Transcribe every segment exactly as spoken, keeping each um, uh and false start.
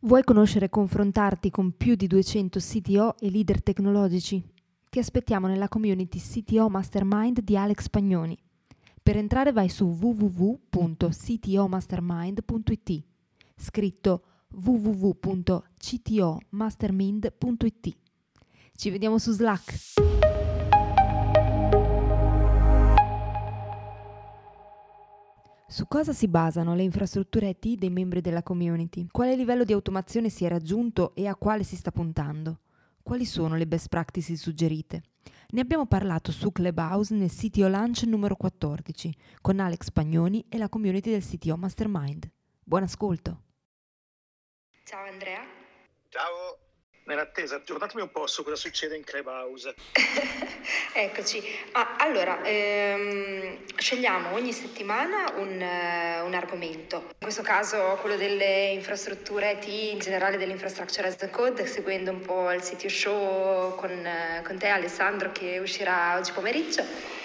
Vuoi conoscere e confrontarti con più di duecento C T O e leader tecnologici? Ti aspettiamo nella community C T O Mastermind di Alex Pagnoni. Per entrare vai su w w w punto c t o mastermind punto i t, scritto w w w punto c t o mastermind punto i t. Ci vediamo su Slack! Su cosa si basano le infrastrutture I T dei membri della community? Quale livello di automazione si è raggiunto e a quale si sta puntando? Quali sono le best practices suggerite? Ne abbiamo parlato su Clubhouse nel C T O Lunch numero quattordici con Alex Pagnoni e la community del C T O Mastermind. Buon ascolto! Ciao Andrea. Ciao. Nell'attesa, aggiornatemi un po' su cosa succede in Clubhouse. Eccoci. Ah, allora, ehm, scegliamo ogni settimana un, eh, un argomento. In questo caso quello delle infrastrutture I T, in generale dell'infrastructure as a code, seguendo un po' il C T O Show con, eh, con te Alessandro, che uscirà oggi pomeriggio.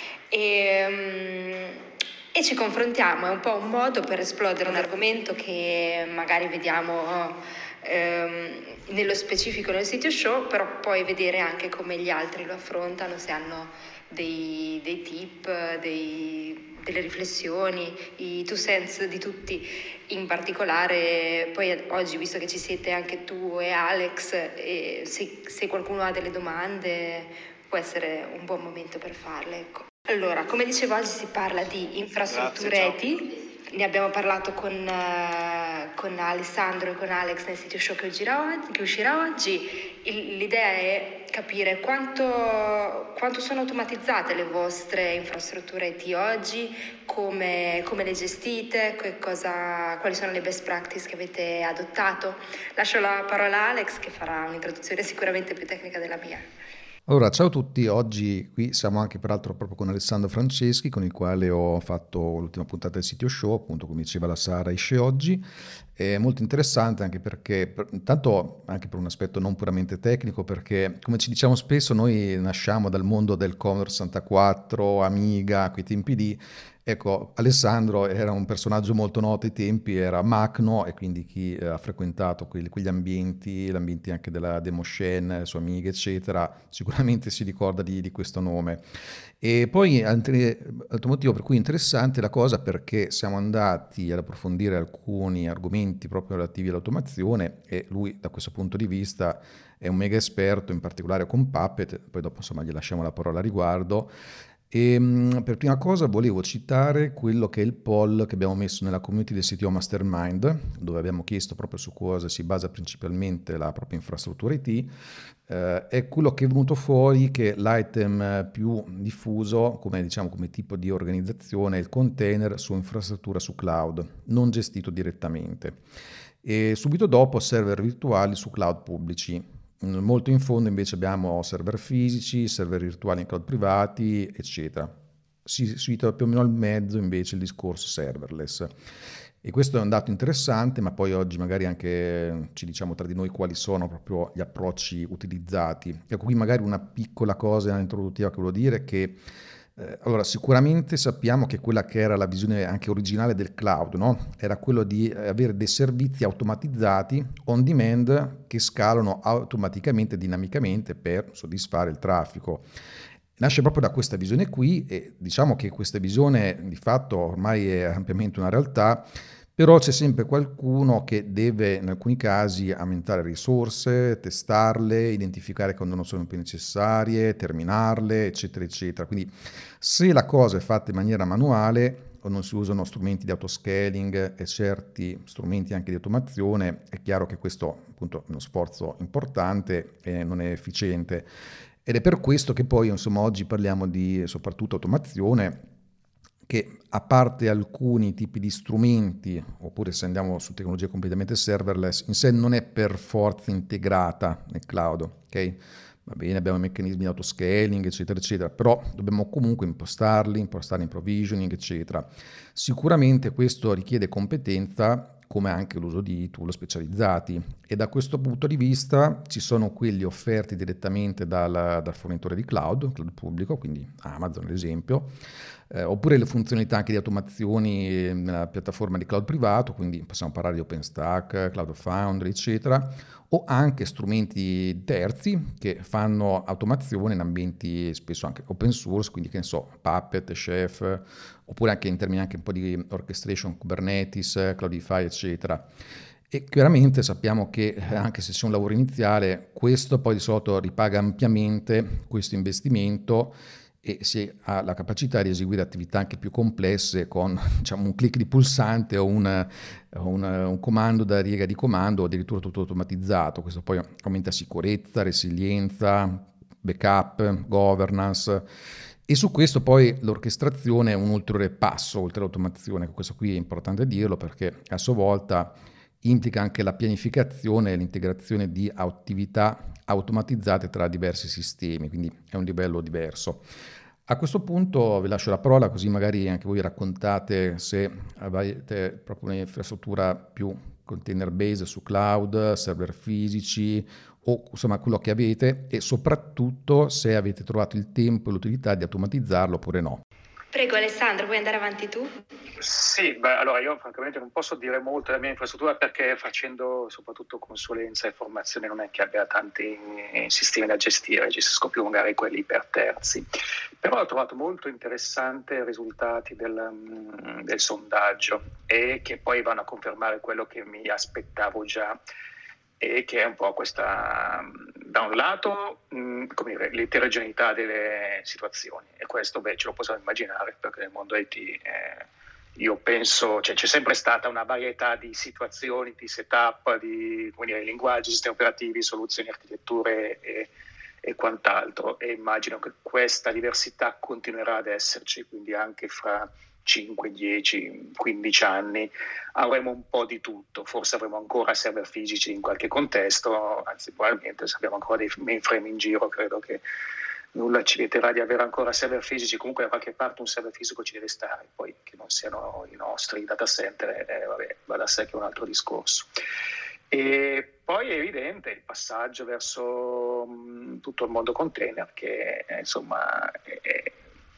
E, um, e ci confrontiamo, è un po' un modo per esplodere un argomento che magari vediamo ehm, nello specifico nel sito show, però poi vedere anche come gli altri lo affrontano, se hanno dei, dei tip, dei, delle riflessioni, i two cents di tutti. In particolare poi oggi, visto che ci siete anche tu e Alex, e se, se qualcuno ha delle domande può essere un buon momento per farle, ecco. Allora, come dicevo, oggi si parla di infrastrutture I T. Ne abbiamo parlato con, uh, con Alessandro e con Alex nel sito show che uscirà oggi. Che uscirà oggi. Il, l'idea è capire quanto, quanto sono automatizzate le vostre infrastrutture I T oggi, come, come le gestite, che cosa, quali sono le best practice che avete adottato. Lascio la parola a Alex, che farà un'introduzione sicuramente più tecnica della mia. Allora, ciao a tutti, oggi qui siamo anche peraltro proprio con Alessandro Franceschi, con il quale ho fatto l'ultima puntata del C T O Show, appunto come diceva la Sara, esce oggi. È molto interessante anche perché, per, intanto anche per un aspetto non puramente tecnico, perché come ci diciamo spesso noi nasciamo dal mondo del Commodore sessantaquattro, Amiga, a quei tempi lì. Ecco, Alessandro era un personaggio molto noto ai tempi, era Macno, e quindi chi eh, ha frequentato quegli, quegli ambienti, gli ambienti anche della Demoscene, sue amiche, eccetera, sicuramente si ricorda di, di questo nome. E poi altri, altro motivo per cui è interessante la cosa, perché siamo andati ad approfondire alcuni argomenti proprio relativi all'automazione, e lui da questo punto di vista è un mega esperto, in particolare con Puppet, poi dopo insomma gli lasciamo la parola a riguardo. E per prima cosa volevo citare quello che è il poll che abbiamo messo nella community del C T O Mastermind, dove abbiamo chiesto proprio su cosa si basa principalmente la propria infrastruttura I T. Eh, è quello che è venuto fuori che l'item più diffuso come, diciamo, come tipo di organizzazione è il container su infrastruttura su cloud, non gestito direttamente. E subito dopo server virtuali su cloud pubblici. Molto in fondo invece abbiamo server fisici, server virtuali in cloud privati, eccetera. Si situa più o meno al mezzo invece il discorso serverless. E questo è un dato interessante, ma poi oggi magari anche ci diciamo tra di noi quali sono proprio gli approcci utilizzati. Ecco, qui magari una piccola cosa introduttiva che volevo dire è che Eh, allora, sicuramente sappiamo che quella che era la visione anche originale del cloud, no? Era quello di eh, avere dei servizi automatizzati on demand che scalano automaticamente, dinamicamente per soddisfare il traffico. Nasce proprio da questa visione qui, e diciamo che questa visione di fatto ormai è ampiamente una realtà. Però c'è sempre qualcuno che deve in alcuni casi aumentare risorse, testarle, identificare quando non sono più necessarie, terminarle, eccetera, eccetera. Quindi se la cosa è fatta in maniera manuale o non si usano strumenti di autoscaling e certi strumenti anche di automazione, è chiaro che questo appunto è uno sforzo importante e non è efficiente. Ed è per questo che poi insomma oggi parliamo di soprattutto automazione, che a parte alcuni tipi di strumenti, oppure se andiamo su tecnologie completamente serverless, in sé non è per forza integrata nel cloud, ok? Va bene, abbiamo i meccanismi di autoscaling, eccetera, eccetera, però dobbiamo comunque impostarli, impostarli in provisioning, eccetera. Sicuramente questo richiede competenza, come anche l'uso di tool specializzati, e da questo punto di vista ci sono quelli offerti direttamente dal, dal fornitore di cloud, cloud pubblico, quindi Amazon ad esempio, eh, oppure le funzionalità anche di automazioni nella piattaforma di cloud privato, quindi possiamo parlare di OpenStack, Cloud Foundry, eccetera, o anche strumenti terzi che fanno automazione in ambienti spesso anche open source, quindi che ne so, Puppet, Chef, oppure anche in termini anche un po' di orchestration, Kubernetes, Cloudify, eccetera. E chiaramente sappiamo che eh, anche se c'è un lavoro iniziale, questo poi di solito ripaga ampiamente questo investimento e si ha la capacità di eseguire attività anche più complesse con diciamo, un clic di pulsante o un, un, un comando da riga di comando o addirittura tutto automatizzato. Questo poi aumenta sicurezza, resilienza, backup, governance. E su questo poi l'orchestrazione è un ulteriore passo oltre l'automazione. Questo qui è importante dirlo perché a sua volta implica anche la pianificazione e l'integrazione di attività automatizzate tra diversi sistemi, quindi è un livello diverso. A questo punto vi lascio la parola così magari anche voi raccontate se avete proprio un'infrastruttura più container based su cloud, server fisici o insomma quello che avete e soprattutto se avete trovato il tempo e l'utilità di automatizzarlo oppure no. Prego Alessandro, vuoi andare avanti tu? Sì, beh, allora io francamente non posso dire molto della mia infrastruttura perché facendo soprattutto consulenza e formazione non è che abbia tanti sistemi da gestire, gestisco più magari quelli per terzi. Però ho trovato molto interessante i risultati del, del sondaggio e che poi vanno a confermare quello che mi aspettavo già e che è un po' questa, da un lato, mh, come dire, l'eterogeneità delle situazioni e questo beh, ce lo possiamo immaginare perché nel mondo I T eh, io penso, cioè, c'è sempre stata una varietà di situazioni, di setup, di come dire, linguaggi, sistemi operativi, soluzioni, architetture e, e quant'altro e immagino che questa diversità continuerà ad esserci, quindi anche fra cinque, dieci, quindici anni avremo un po' di tutto, forse avremo ancora server fisici in qualche contesto, anzi probabilmente se abbiamo ancora dei mainframe in giro credo che nulla ci vieterà di avere ancora server fisici, comunque da qualche parte un server fisico ci deve stare, poi che non siano i nostri data center, eh, vabbè, va da sé che è un altro discorso. E poi è evidente il passaggio verso mh, tutto il mondo container che eh, insomma è,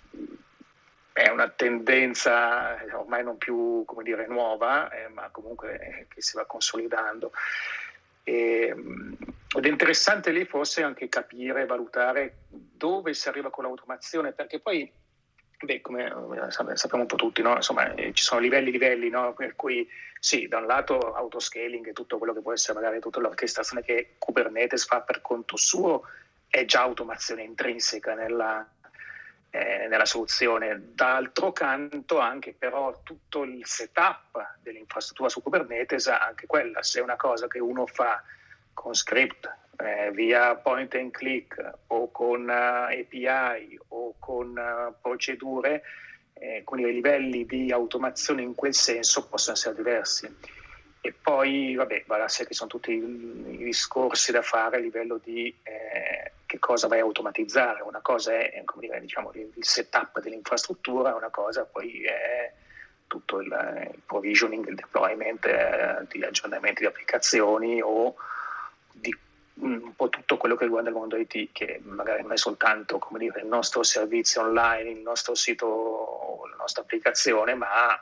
è una tendenza ormai non più come dire nuova, eh, ma comunque eh, che si va consolidando. E, ed è interessante lì forse anche capire, valutare dove si arriva con l'automazione, perché poi, beh, come sappiamo un po' tutti, no? Insomma, eh, ci sono livelli livelli, no? Per cui sì, da un lato autoscaling e tutto quello che può essere magari tutta l'orchestrazione che Kubernetes fa per conto suo è già automazione intrinseca nella Eh, nella soluzione. D'altro canto anche però tutto il setup dell'infrastruttura su Kubernetes, anche quella, se è una cosa che uno fa con script, eh, via point and click o con uh, A P I o con uh, procedure, eh, con i livelli di automazione in quel senso possono essere diversi. E poi, vabbè, va da sé che sono tutti i discorsi da fare a livello di eh, che cosa vai a automatizzare. Una cosa è, come dire, diciamo, il setup dell'infrastruttura, una cosa poi è tutto il, il provisioning, il deployment eh, di aggiornamenti di applicazioni o di un po' tutto quello che riguarda il mondo I T, che magari non è soltanto, come dire, il nostro servizio online, il nostro sito, la nostra applicazione, ma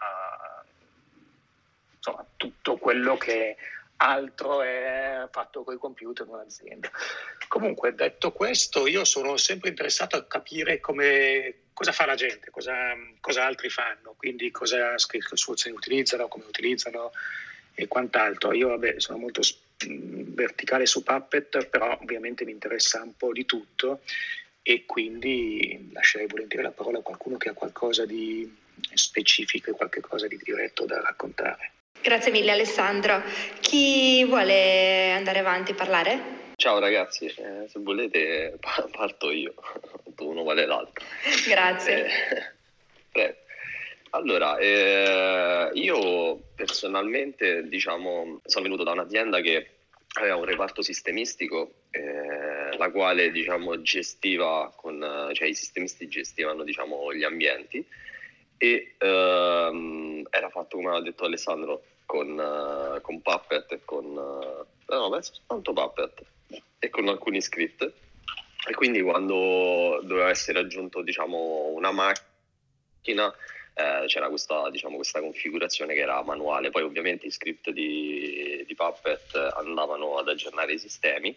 insomma tutto quello che altro è fatto con i computer in un'azienda. Comunque, detto questo, io sono sempre interessato a capire come, cosa fa la gente, cosa, cosa altri fanno, quindi cosa che soluzioni utilizzano, come utilizzano e quant'altro. Io vabbè sono molto verticale su Puppet, però ovviamente mi interessa un po' di tutto e quindi lascerei volentieri la parola a qualcuno che ha qualcosa di specifico e qualche cosa di diretto da raccontare. Grazie mille Alessandro. Chi vuole andare avanti a parlare? Ciao ragazzi, eh, se volete parto io, uno vale l'altro. Grazie. Eh, prego. Allora, eh, io personalmente diciamo sono venuto da un'azienda che aveva un reparto sistemistico, eh, la quale diciamo gestiva con, cioè i sistemisti gestivano diciamo gli ambienti e ehm, era fatto come ha detto Alessandro con, uh, con Puppet e con uh, no, penso soltanto Puppet e con alcuni script e quindi quando doveva essere aggiunto diciamo una macchina macchina, eh, c'era questa, diciamo, questa configurazione che era manuale. Poi ovviamente i script di, di Puppet andavano ad aggiornare i sistemi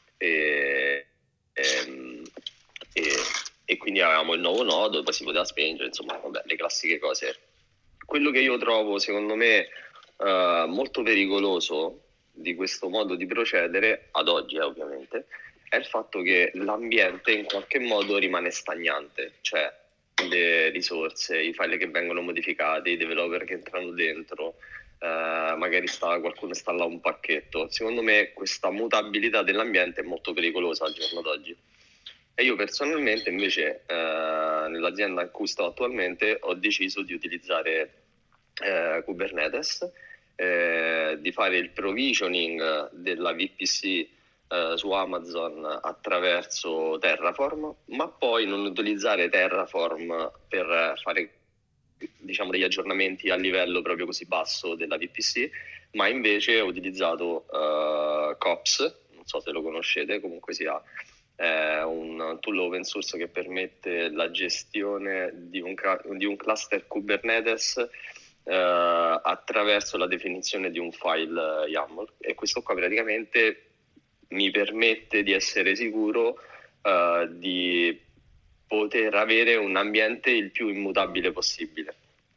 e, e, e, e quindi avevamo il nuovo nodo, poi si poteva spengere, insomma, vabbè, le classiche cose. Quello che io trovo, secondo me, eh, molto pericoloso di questo modo di procedere, ad oggi eh, ovviamente, è il fatto che l'ambiente in qualche modo rimane stagnante, cioè le risorse, i file che vengono modificati, i developer che entrano dentro, eh, magari sta, qualcuno installa un pacchetto. Secondo me questa mutabilità dell'ambiente è molto pericolosa al giorno d'oggi. E io personalmente invece eh, nell'azienda in cui sto attualmente ho deciso di utilizzare eh, Kubernetes, eh, di fare il provisioning della V P C eh, su Amazon attraverso Terraform, ma poi non utilizzare Terraform per fare, diciamo, degli aggiornamenti a livello proprio così basso della V P C, ma invece ho utilizzato eh, Kops, non so se lo conoscete, comunque sia è un tool open source che permette la gestione di un, di un cluster Kubernetes eh, attraverso la definizione di un file YAML, e questo qua praticamente mi permette di essere sicuro eh, di poter avere un ambiente il più immutabile possibile.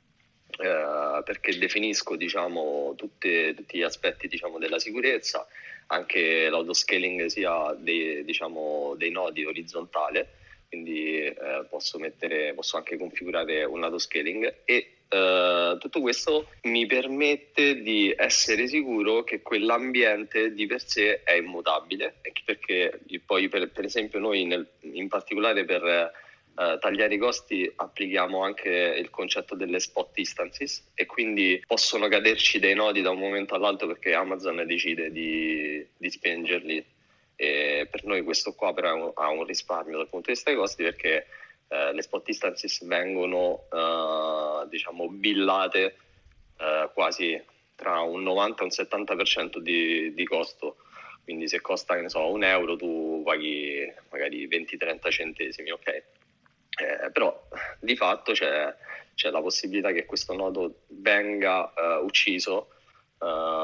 Eh, perché definisco, diciamo, tutte, tutti gli aspetti, diciamo, della sicurezza, anche l'autoscaling sia dei, diciamo, dei nodi orizzontale, quindi eh, posso mettere, posso anche configurare un autoscaling, e eh, tutto questo mi permette di essere sicuro che quell'ambiente di per sé è immutabile, perché poi per, per esempio noi nel, in particolare per Uh, tagliare i costi applichiamo anche il concetto delle spot instances, e quindi possono caderci dei nodi da un momento all'altro perché Amazon decide di, di spengerli, e per noi questo qua però ha un, ha un risparmio dal punto di vista dei costi, perché uh, le spot instances vengono uh, diciamo billate uh, quasi tra un novanta e un settanta per cento di, di costo. Quindi se costa, che ne so, un euro, tu paghi magari venti trenta centesimi, ok? Eh, però di fatto c'è, c'è la possibilità che questo nodo venga uh, ucciso uh,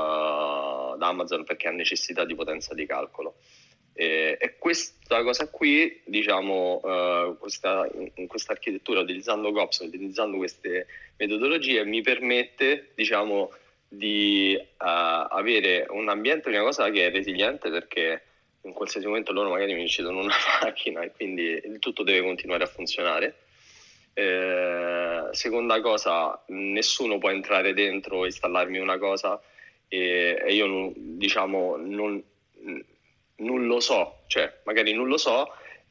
da Amazon perché ha necessità di potenza di calcolo. E, e questa cosa qui, diciamo, uh, questa, in questa architettura, utilizzando Kops, utilizzando queste metodologie, mi permette, diciamo, di uh, avere un ambiente, una cosa che è resiliente, perché in qualsiasi momento loro magari mi incidono una macchina e quindi il tutto deve continuare a funzionare. Eh, seconda cosa, nessuno può entrare dentro e installarmi una cosa e, e io non, diciamo non, non lo so, cioè magari non lo so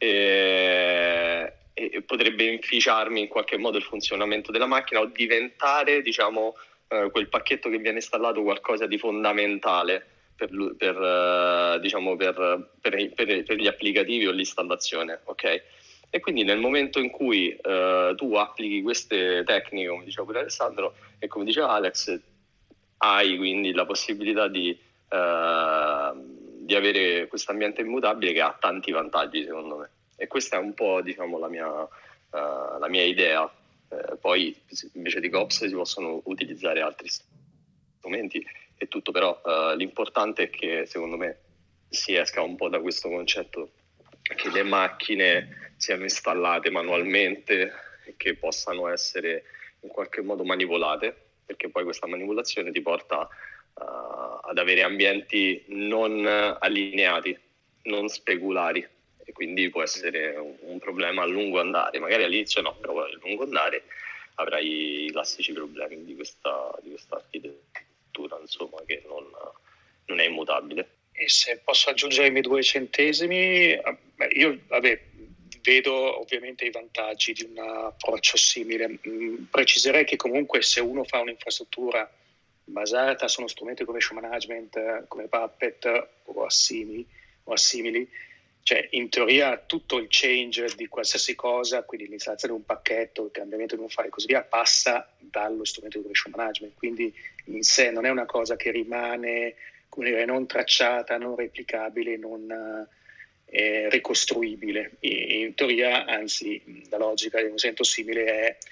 e, e potrebbe inficiarmi in qualche modo il funzionamento della macchina, o diventare, diciamo, eh, quel pacchetto che viene installato qualcosa di fondamentale per, per, uh, diciamo per, per, per, per gli applicativi o l'installazione, ok? E quindi nel momento in cui uh, tu applichi queste tecniche, come diceva pure Alessandro e come diceva Alex, hai quindi la possibilità di, uh, di avere questo ambiente immutabile che ha tanti vantaggi, secondo me. E questa è un po', diciamo, la mia, uh, la mia idea. Uh, poi invece di Kops si possono utilizzare altri strumenti e tutto, però uh, l'importante è che, secondo me, si esca un po' da questo concetto che le macchine siano installate manualmente e che possano essere in qualche modo manipolate, perché poi questa manipolazione ti porta uh, ad avere ambienti non allineati, non speculari, e quindi può essere un, un problema a lungo andare. Magari all'inizio no, però a lungo andare avrai i classici problemi di questa, di questa architettura, insomma, che non, non è immutabile. E se posso aggiungere i miei due centesimi, beh, io vabbè, vedo ovviamente i vantaggi di un approccio simile. Mm, preciserei che comunque se uno fa un'infrastruttura basata su uno strumento di connection management come Puppet o assimili, o assimili, cioè in teoria tutto il change di qualsiasi cosa, quindi l'installazione di un pacchetto, il cambiamento di un file e così via, passa dallo strumento di connection management, quindi in sé non è una cosa che rimane, come dire, non tracciata, non replicabile, non eh, ricostruibile. In teoria, anzi, la logica di un esempio simile è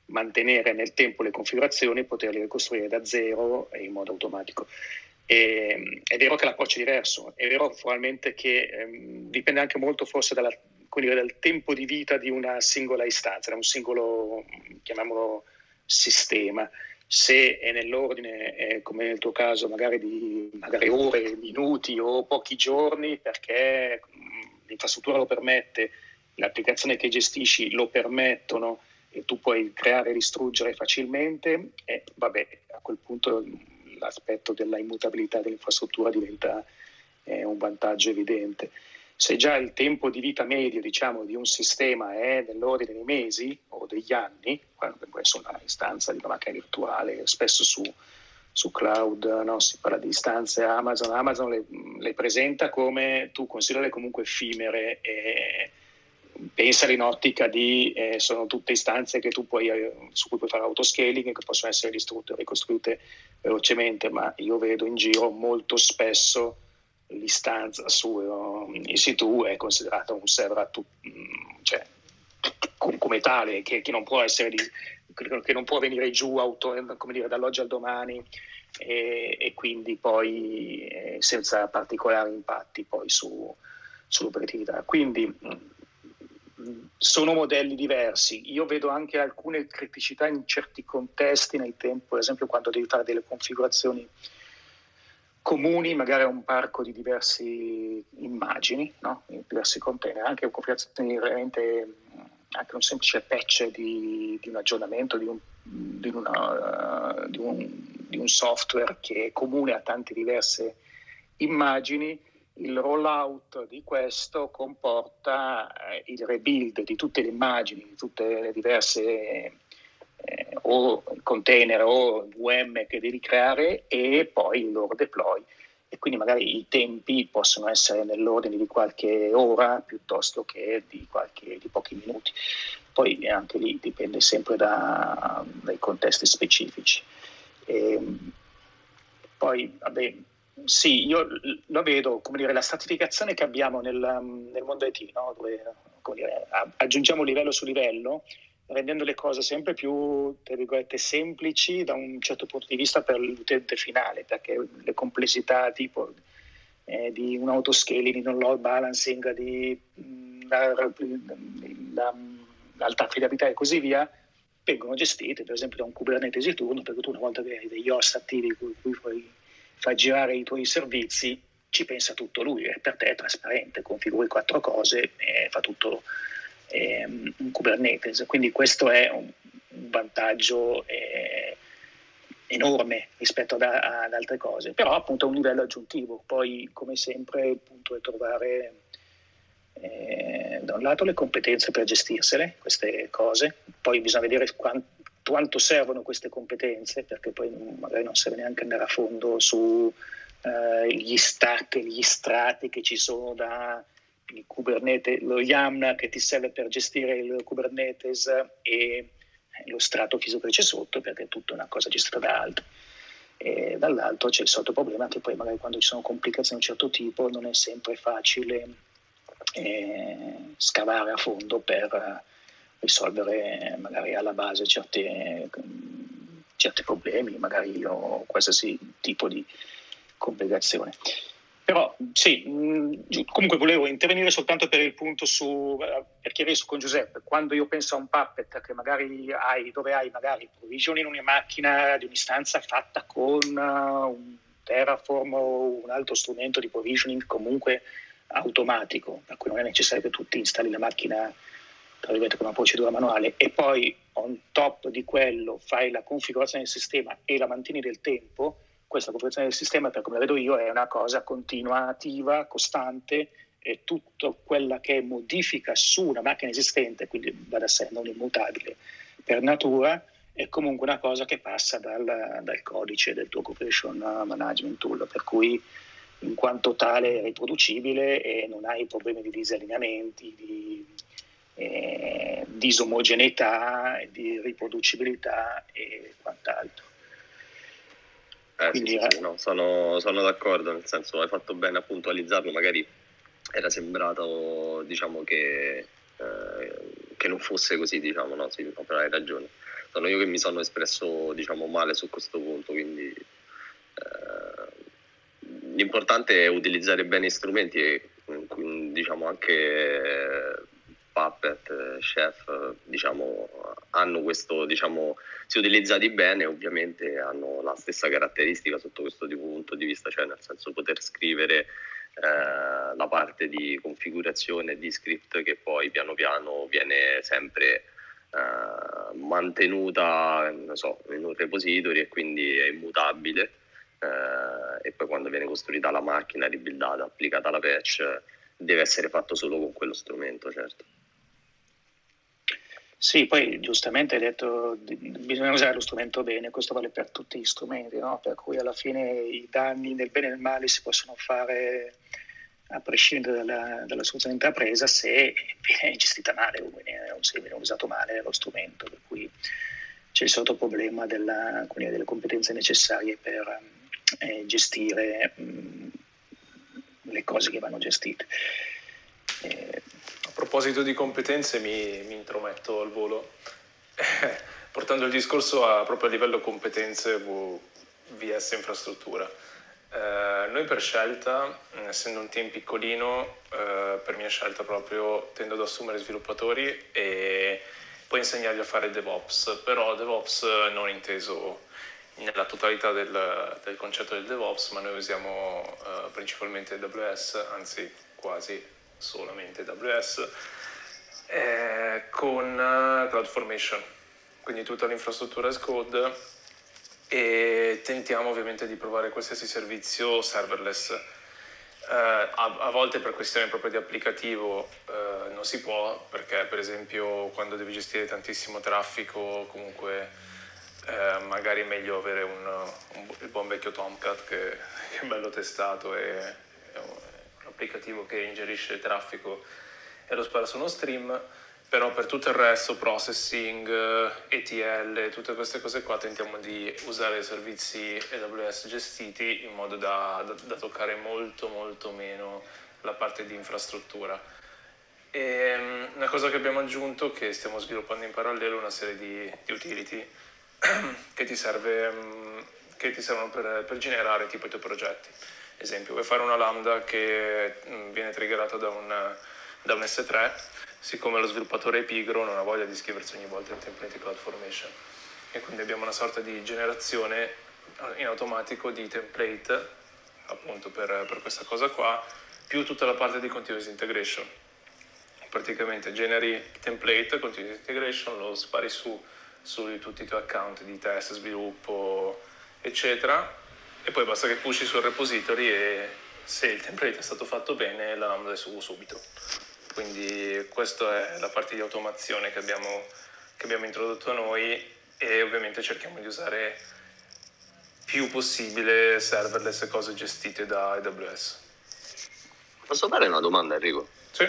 mantenere nel tempo le configurazioni e poterle ricostruire da zero e in modo automatico. E, è vero che l'approccio è diverso, è vero probabilmente che ehm, dipende anche molto forse dalla, quindi dal tempo di vita di una singola istanza, da un singolo, chiamiamolo, sistema. Se è nell'ordine, eh, come nel tuo caso, magari di magari ore, minuti o pochi giorni, perché mh, l'infrastruttura lo permette, le applicazioni che gestisci lo permettono e tu puoi creare e distruggere facilmente, e vabbè, a quel punto l'aspetto della immutabilità dell'infrastruttura diventa eh, un vantaggio evidente. Se già il tempo di vita medio, diciamo, di un sistema è nell'ordine dei mesi o degli anni, quando può essere una istanza di una macchina virtuale, spesso su, su cloud, no? Si parla di istanze Amazon, Amazon le, le presenta come, tu consideri comunque effimere e pensa in ottica di eh, sono tutte istanze che tu puoi, eh, su cui puoi fare autoscaling e che possono essere distrutte o ricostruite velocemente, ma io vedo in giro molto spesso l'istanza su uh, E C due è considerata un server a tu, cioè, come tale che, che non può essere di, che non può venire giù auto, come dire, dall'oggi al domani e, e quindi poi eh, senza particolari impatti poi su, sull'operatività. Quindi sono modelli diversi. Io vedo anche alcune criticità in certi contesti nel tempo, per esempio quando devi fare delle configurazioni comuni, magari a un parco di diverse immagini, no? Diversi container, anche configurazioni veramente, anche un semplice patch di, di un aggiornamento di un, di, una, uh, di, un, di un software che è comune a tante diverse immagini. Il rollout di questo comporta eh, il rebuild di tutte le immagini, di tutte le diverse eh, o container o V M che devi creare e poi il loro deploy. E quindi magari i tempi possono essere nell'ordine di qualche ora piuttosto che di, qualche, di pochi minuti. Poi anche lì dipende sempre da, dai contesti specifici. E poi, vabbè, sì, io lo vedo, come dire, la stratificazione che abbiamo nel, nel mondo I T, no? Dove, come dire, aggiungiamo livello su livello, rendendo le cose sempre più, tra virgolette, semplici da un certo punto di vista per l'utente finale, perché le complessità tipo eh, di un autoscaling, di un load balancing, di mh, la, la, l'alta affidabilità e così via, vengono gestite per esempio da un Kubernetes di turno, perché tu una volta che hai degli host attivi con cui puoi far girare i tuoi servizi, ci pensa tutto lui, e per te è trasparente, configuri quattro cose e fa tutto eh, un Kubernetes. Quindi questo è un, un vantaggio eh, enorme rispetto ad, ad altre cose, però appunto è un livello aggiuntivo. Poi come sempre il punto è trovare eh, da un lato le competenze per gestirsele queste cose, poi bisogna vedere quanto, quanto servono queste competenze, perché poi magari non serve neanche andare a fondo su eh, gli stack, gli strati che ci sono da il Kubernetes, lo YAML che ti serve per gestire il Kubernetes e lo strato fisico che c'è sotto, perché è tutta una cosa gestita da altri. E dall'altro c'è il solito problema che poi magari quando ci sono complicazioni di un certo tipo non è sempre facile eh, scavare a fondo per risolvere magari alla base certi, certi problemi, magari o qualsiasi tipo di complicazione. Però sì, mh, comunque volevo intervenire soltanto per il punto su, per chiarire su con Giuseppe, quando io penso a un Puppet che magari hai, dove hai magari provision in una macchina di un'istanza fatta con uh, un Terraform o un altro strumento di provisioning comunque automatico, per cui non è necessario che tu ti installi la macchina tra virgolette con una procedura manuale e poi on top di quello fai la configurazione del sistema e la mantieni del tempo. Questa configurazione del sistema, per come la vedo io, è una cosa continuativa, costante, e tutto quella che è modifica su una macchina esistente, quindi va da sé non immutabile per natura, è comunque una cosa che passa dal, dal codice del tuo configuration management tool, per cui in quanto tale è riproducibile e non hai problemi di disallineamenti, di eh, disomogeneità, di riproducibilità e quant'altro. Eh, Quindi, sì, sì, sì, no, sono, sono d'accordo, nel senso hai fatto bene a puntualizzarlo, magari era sembrato diciamo che, eh, che non fosse così, diciamo, no, sì, no, però hai ragione. Sono io che mi sono espresso, diciamo, male su questo punto, quindi eh, l'importante è utilizzare bene gli strumenti e diciamo anche Puppet, Chef, diciamo, hanno questo, diciamo, se utilizzati bene ovviamente hanno la stessa caratteristica sotto questo tipo, punto di vista, cioè nel senso poter scrivere eh, la parte di configurazione di script che poi piano piano viene sempre eh, mantenuta, non so, in un repository e quindi è immutabile. Eh, e poi quando viene costruita la macchina, ribuildata, applicata la patch, deve essere fatto solo con quello strumento, certo. Sì, poi giustamente hai detto di- bisogna usare lo strumento bene, questo vale per tutti gli strumenti, no? Per cui alla fine i danni nel bene e nel male si possono fare a prescindere dalla, dalla soluzione intrapresa se viene gestita male o viene, o se viene usato male lo strumento, per cui c'è il solito problema della, quindi delle competenze necessarie per eh, gestire mh, le cose che vanno gestite. Eh, A proposito di competenze mi, mi intrometto al volo, portando il discorso a, proprio a livello competenze V S infrastruttura. Eh, noi per scelta, essendo un team piccolino, eh, per mia scelta proprio tendo ad assumere sviluppatori e poi insegnargli a fare DevOps, però DevOps non inteso nella totalità del, del concetto del DevOps, ma noi usiamo eh, principalmente A W S, anzi quasi solamente A W S, eh, con uh, CloudFormation, quindi tutta l'infrastruttura as code, e tentiamo ovviamente di provare qualsiasi servizio serverless. Eh, a, a volte per questioni proprio di applicativo eh, non si può, perché per esempio quando devi gestire tantissimo traffico comunque eh, magari è meglio avere un, un, il buon vecchio Tomcat che, che è bello testato e è un, un applicativo che ingerisce il traffico e lo spara su uno stream. Però per tutto il resto, processing, E T L, tutte queste cose qua, tentiamo di usare servizi A W S gestiti in modo da, da, da toccare molto molto meno la parte di infrastruttura. E um, una cosa che abbiamo aggiunto, che stiamo sviluppando in parallelo, è una serie di, di utility che ti, serve, um, che ti servono per, per generare tipo i tuoi progetti. Esempio, vuoi fare una lambda che um, viene triggerata da un, da un S tre, siccome lo sviluppatore è pigro non ha voglia di scriversi ogni volta in template CloudFormation, e quindi abbiamo una sorta di generazione in automatico di template appunto per, per questa cosa qua, più tutta la parte di continuous integration. Praticamente generi il template, continuous integration, lo spari su su tutti i tuoi account di test, sviluppo eccetera, e poi basta che pushi sul repository e se il template è stato fatto bene la lambda è su subito. Quindi questa è la parte di automazione che abbiamo, che abbiamo introdotto noi, e ovviamente cerchiamo di usare più possibile serverless e cose gestite da A W S. Posso fare una domanda, Enrico? Sì.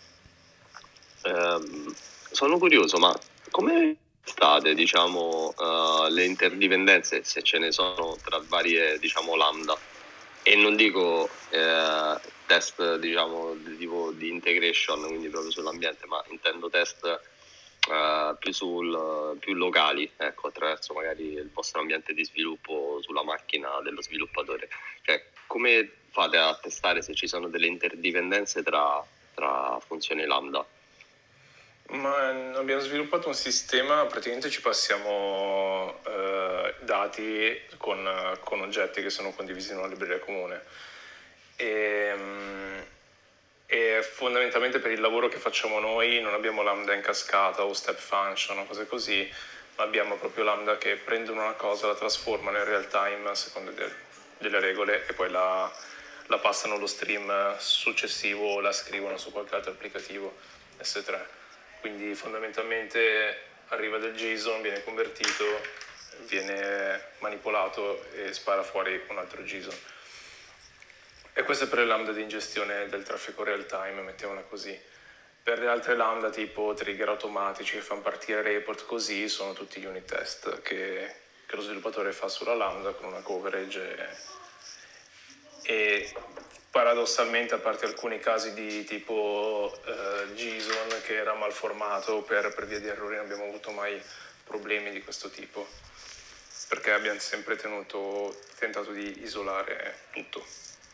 Ehm, sono curioso, ma come state, diciamo, uh, le interdipendenze, se ce ne sono, tra varie, diciamo, lambda? E non dico eh, test, diciamo, di tipo di integration, quindi proprio sull'ambiente, ma intendo test eh, più, sul, più locali, ecco, attraverso magari il vostro ambiente di sviluppo sulla macchina dello sviluppatore. Cioè, come fate a testare se ci sono delle interdipendenze tra, tra funzioni lambda? Ma abbiamo sviluppato un sistema, praticamente ci passiamo eh, dati con, con oggetti che sono condivisi in una libreria comune, e, e fondamentalmente per il lavoro che facciamo noi non abbiamo lambda in cascata o step function o cose così, ma abbiamo proprio lambda che prendono una cosa, la trasformano in real time a seconda de, delle regole e poi la, la passano allo stream successivo o la scrivono su qualche altro applicativo S tre. Quindi fondamentalmente arriva del JSON, viene convertito, viene manipolato e spara fuori un altro JSON. E questo è per le lambda di ingestione del traffico real time, mettiamola così. Per le altre lambda tipo trigger automatici che fanno partire report così, sono tutti unit test che, che lo sviluppatore fa sulla lambda con una coverage e, e paradossalmente, a parte alcuni casi di tipo eh, JSON che era malformato per, per via di errori, non abbiamo avuto mai problemi di questo tipo, perché abbiamo sempre tenuto, tentato di isolare tutto.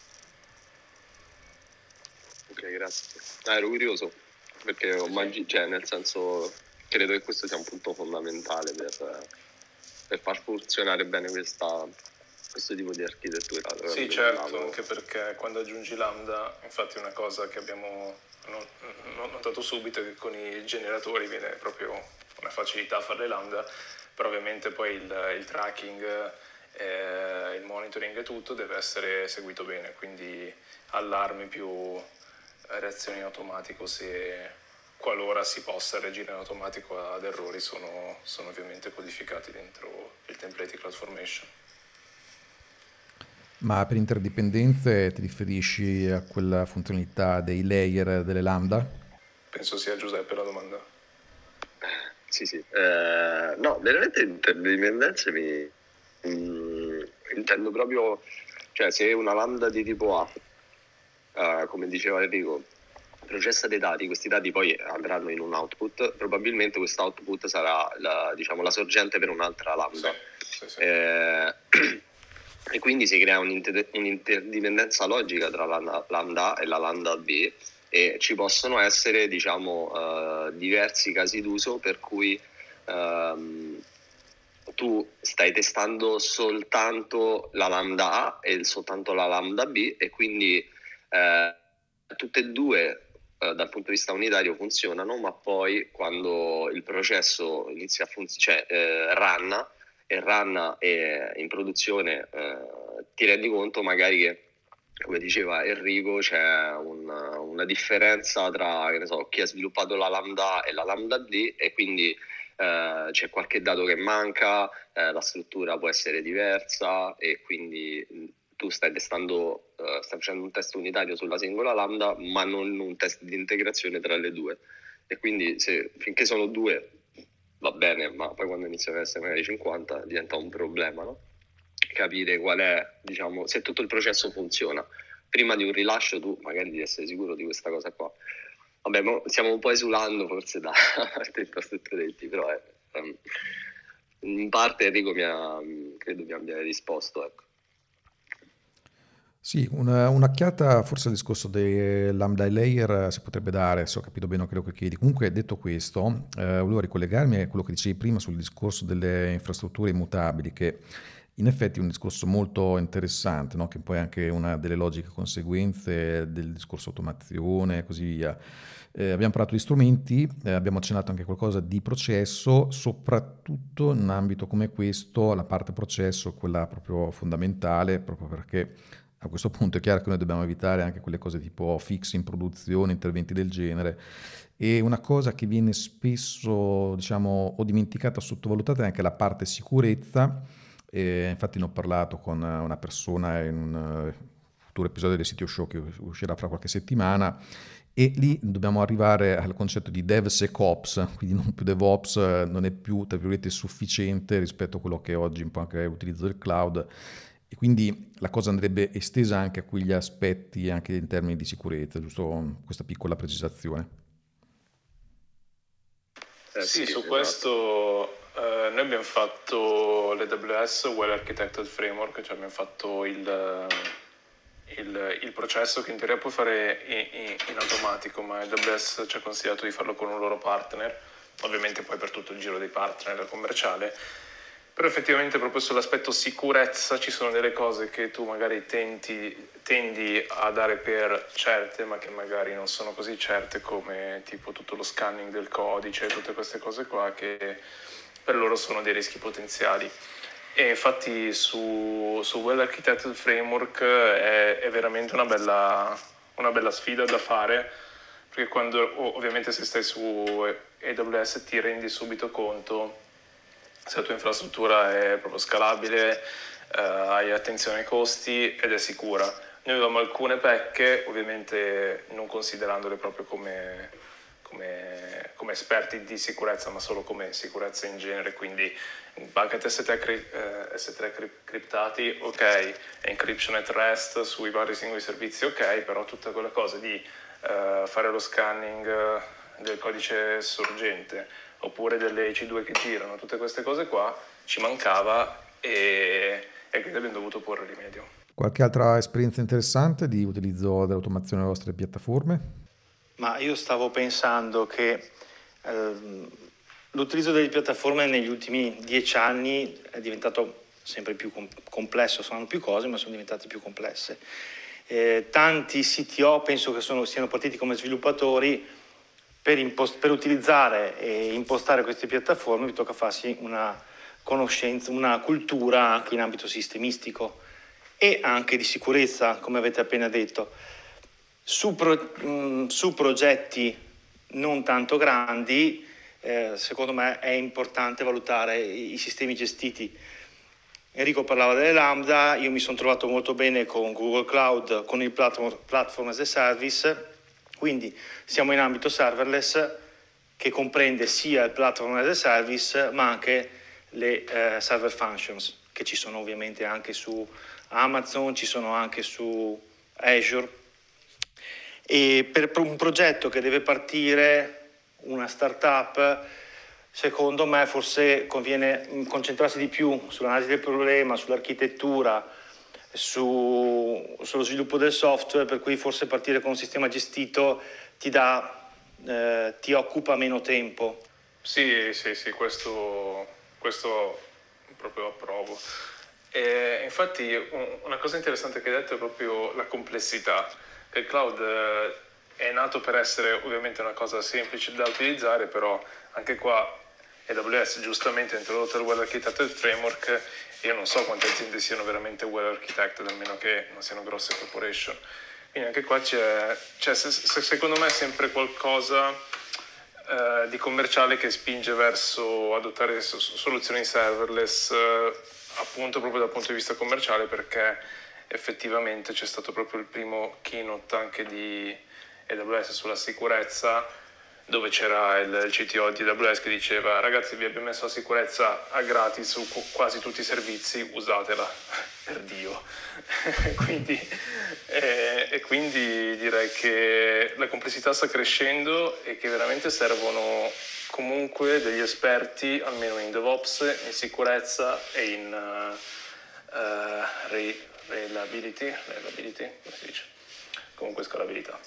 Ok, grazie. Ah, ero curioso, perché ho immagin- cioè, nel senso, credo che questo sia un punto fondamentale per, per far funzionare bene questa, questo tipo di architettura. Sì, certo, anche perché quando aggiungi Lambda, infatti una cosa che abbiamo notato subito è che con i generatori viene proprio una facilità a fare le Lambda, però ovviamente poi il, il tracking, eh, il monitoring e tutto deve essere seguito bene, quindi allarmi più reazioni in automatico, se qualora si possa reagire in automatico ad errori, sono, sono ovviamente codificati dentro il template di CloudFormation. Ma per interdipendenze ti riferisci a quella funzionalità dei layer delle lambda? Penso sia Giuseppe la domanda. Sì, sì. Eh, no, veramente interdipendenze mi mm, intendo proprio, cioè se una lambda di tipo A, uh, come diceva Enrico, processa dei dati, questi dati poi andranno in un output, probabilmente questo output sarà la, diciamo, la sorgente per un'altra lambda. Sì, sì, sì. Eh, e quindi si crea un'inter- un'interdipendenza logica tra la lambda A e la lambda B, e ci possono essere, diciamo, uh, diversi casi d'uso per cui um, tu stai testando soltanto la lambda A e soltanto la lambda B, e quindi eh, tutte e due eh, dal punto di vista unitario funzionano, ma poi quando il processo inizia a funzionare, cioè eh, run e run è in produzione, eh, ti rendi conto magari che, come diceva Enrico, c'è una, una differenza tra, che ne so, chi ha sviluppato la lambda A e la lambda D, e quindi eh, c'è qualche dato che manca, eh, la struttura può essere diversa, e quindi mh, tu stai testando, uh, stai facendo un test unitario sulla singola lambda, ma non un test di integrazione tra le due. E quindi se, finché sono due va bene, ma poi quando iniziano ad essere magari cinquanta diventa un problema, no? Capire qual è, diciamo, se tutto il processo funziona. Prima di un rilascio tu magari devi essere sicuro di questa cosa qua. Vabbè, mo stiamo un po' esulando forse da altre infrastrutture, però è, um, in parte Enrico mi ha, credo mi abbia risposto, ecco. Sì, una, un'occhiata forse al discorso dei lambda e layer si potrebbe dare, se ho capito bene quello che chiedi. Comunque, detto questo, eh, volevo ricollegarmi a quello che dicevi prima sul discorso delle infrastrutture immutabili, che in effetti è un discorso molto interessante, no? Che poi è anche una delle logiche conseguenze del discorso automazione e così via. Eh, abbiamo parlato di strumenti, eh, abbiamo accennato anche qualcosa di processo, soprattutto in un ambito come questo, la parte processo è quella proprio fondamentale, proprio perché a questo punto è chiaro che noi dobbiamo evitare anche quelle cose tipo fix in produzione, interventi del genere. E una cosa che viene spesso, diciamo, o dimenticata o sottovalutata è anche la parte sicurezza. E infatti ne ho parlato con una persona in un futuro episodio del C T O Show che uscirà fra qualche settimana, e lì dobbiamo arrivare al concetto di DevSecOps, quindi non più DevOps, non è più, tra virgolette, sufficiente rispetto a quello che è oggi un po' anche l'utilizzo del cloud. E quindi la cosa andrebbe estesa anche a quegli aspetti, anche in termini di sicurezza, giusto questa piccola precisazione. Eh, sì, sì, su esatto. Questo eh, noi abbiamo fatto l'A W S Well Architected Framework, cioè abbiamo fatto il, il, il processo che in teoria puoi fare in, in, in automatico, ma A W S ci ha consigliato di farlo con un loro partner, ovviamente poi per tutto il giro dei partner commerciale. Però effettivamente proprio sull'aspetto sicurezza ci sono delle cose che tu magari tenti, tendi a dare per certe, ma che magari non sono così certe, come tipo tutto lo scanning del codice, tutte queste cose qua che per loro sono dei rischi potenziali. E infatti su, su Well Architected Framework è, è veramente una bella, una bella sfida da fare, perché quando ovviamente se stai su A W S ti rendi subito conto se la tua infrastruttura è proprio scalabile, eh, hai attenzione ai costi ed è sicura. Noi avevamo alcune pecche, ovviamente non considerandole proprio come, come, come esperti di sicurezza, ma solo come sicurezza in genere, quindi bucket S tre, eh, S tre criptati, ok, encryption at rest sui vari singoli servizi, ok, però tutte quelle cose di eh, fare lo scanning del codice sorgente, oppure delle E C due che girano, tutte queste cose qua ci mancava e, e quindi abbiamo dovuto porre rimedio. Qualche altra esperienza interessante di utilizzo dell'automazione nelle vostre piattaforme? Ma io stavo pensando che ehm, l'utilizzo delle piattaforme negli ultimi dieci anni è diventato sempre più com- complesso, sono più cose ma sono diventate più complesse. Eh, tanti C T O penso che sono, siano partiti come sviluppatori per, impost- per utilizzare e impostare queste piattaforme, vi tocca farsi una conoscenza, una cultura anche in ambito sistemistico e anche di sicurezza, come avete appena detto. Su, pro- mh, su progetti non tanto grandi, eh, secondo me è importante valutare i, i sistemi gestiti. Enrico parlava delle Lambda, io mi sono trovato molto bene con Google Cloud, con il platform, platform as a service, quindi siamo in ambito serverless che comprende sia il platform as a service ma anche le eh, server functions, che ci sono ovviamente anche su Amazon, ci sono anche su Azure. E per un progetto che deve partire, una startup, secondo me forse conviene concentrarsi di più sull'analisi del problema, sull'architettura, su, sullo sviluppo del software, per cui forse partire con un sistema gestito ti dà, eh, ti occupa meno tempo. Sì, sì, sì, questo, questo proprio approvo. E infatti una cosa interessante che hai detto è proprio la complessità, che il cloud è nato per essere ovviamente una cosa semplice da utilizzare, però anche qua A W S giustamente ha introdotto il Well Architected Framework e io non so quante aziende siano veramente well architected, a meno che non siano grosse corporation. Quindi anche qua c'è, c'è secondo me sempre qualcosa eh, di commerciale che spinge verso adottare soluzioni serverless, eh, appunto proprio dal punto di vista commerciale, perché effettivamente c'è stato proprio il primo keynote anche di A W S sulla sicurezza, dove c'era il C T O di A W S che diceva: ragazzi, vi abbiamo messo la sicurezza a gratis su quasi tutti i servizi, usatela per Dio. quindi, eh, e quindi direi che la complessità sta crescendo e che veramente servono comunque degli esperti, almeno in DevOps, in sicurezza e in uh, uh, re- reliability, reliability, come si dice? Comunque scalabilità.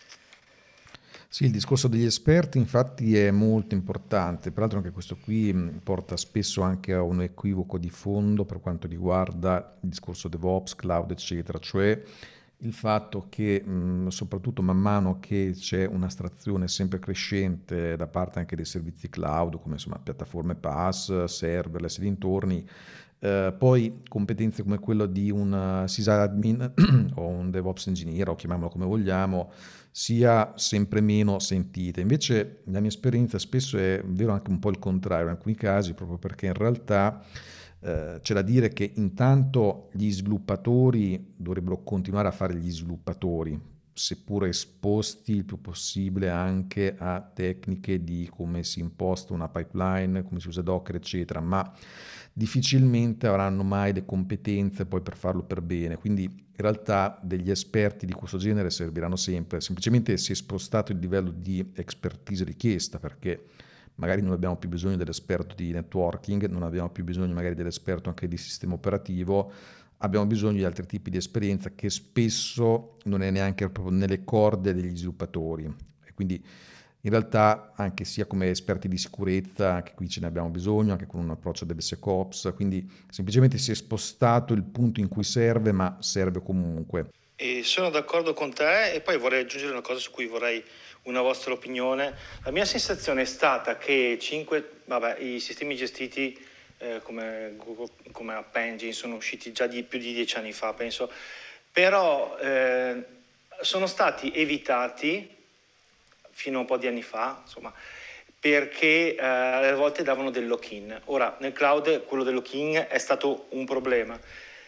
Sì, il discorso degli esperti infatti è molto importante, peraltro anche questo qui porta spesso anche a un equivoco di fondo per quanto riguarda il discorso DevOps, cloud, eccetera, cioè il fatto che mh, soprattutto man mano che c'è un'astrazione sempre crescente da parte anche dei servizi cloud, come insomma piattaforme PaaS, serverless e dintorni, eh, poi competenze come quello di un sysadmin o un DevOps engineer, o chiamiamolo come vogliamo, sia sempre meno sentite. Invece la mia esperienza spesso è vero anche un po' il contrario in alcuni casi, proprio perché in realtà eh, c'è da dire che intanto gli sviluppatori dovrebbero continuare a fare gli sviluppatori, seppur esposti il più possibile anche a tecniche di come si imposta una pipeline, come si usa Docker, eccetera, ma difficilmente avranno mai le competenze poi per farlo per bene, quindi in realtà degli esperti di questo genere serviranno sempre, semplicemente si è spostato il livello di expertise richiesta, perché magari non abbiamo più bisogno dell'esperto di networking, non abbiamo più bisogno magari dell'esperto anche di sistema operativo, abbiamo bisogno di altri tipi di esperienza che spesso non è neanche proprio nelle corde degli sviluppatori, e quindi in realtà anche sia come esperti di sicurezza, anche qui ce ne abbiamo bisogno, anche con un approccio DevSecOps, quindi semplicemente si è spostato il punto in cui serve, ma serve comunque. E sono d'accordo con te, e poi vorrei aggiungere una cosa su cui vorrei una vostra opinione. La mia sensazione è stata che cinque, vabbè, i sistemi gestiti eh, come Google, come App Engine sono usciti già di più di dieci anni fa, penso, però eh, sono stati evitati fino a un po' di anni fa, insomma, perché eh, a volte davano del lock-in. Ora, nel cloud quello del lock-in è stato un problema,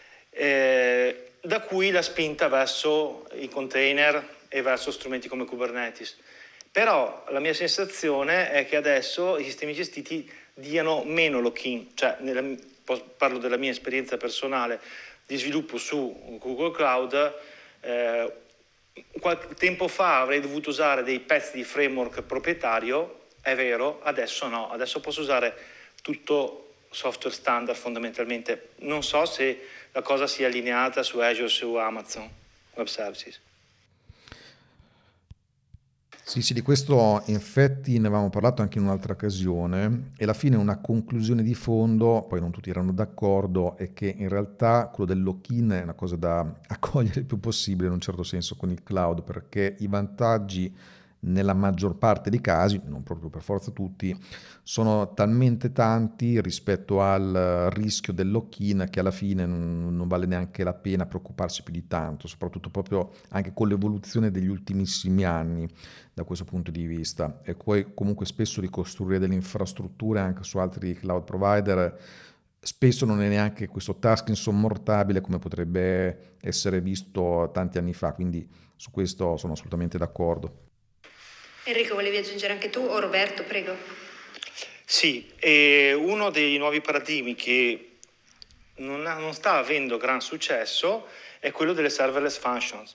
eh, da cui la spinta verso i container e verso strumenti come Kubernetes. Però la mia sensazione è che adesso i sistemi gestiti diano meno lock-in, cioè nella, parlo della mia esperienza personale di sviluppo su Google Cloud. eh, Qualche tempo fa avrei dovuto usare dei pezzi di framework proprietario è vero, adesso no, adesso posso usare tutto software standard fondamentalmente. Non so se la cosa sia allineata su Azure o su Amazon Web Services. Sì, sì, di questo in effetti ne avevamo parlato anche in un'altra occasione e alla fine una conclusione di fondo, poi non tutti erano d'accordo, è che in realtà quello del lock-in è una cosa da accogliere il più possibile in un certo senso con il cloud, perché i vantaggi nella maggior parte dei casi, non proprio per forza tutti, sono talmente tanti rispetto al rischio del lock-in che alla fine non, non vale neanche la pena preoccuparsi più di tanto, soprattutto proprio anche con l'evoluzione degli ultimissimi anni da questo punto di vista. E poi comunque spesso ricostruire delle infrastrutture anche su altri cloud provider spesso non è neanche questo task insormontabile come potrebbe essere visto tanti anni fa, quindi su questo sono assolutamente d'accordo. Enrico, volevi aggiungere anche tu o Roberto, prego? Sì, e uno dei nuovi paradigmi che non, ha, non sta avendo gran successo è quello delle serverless functions,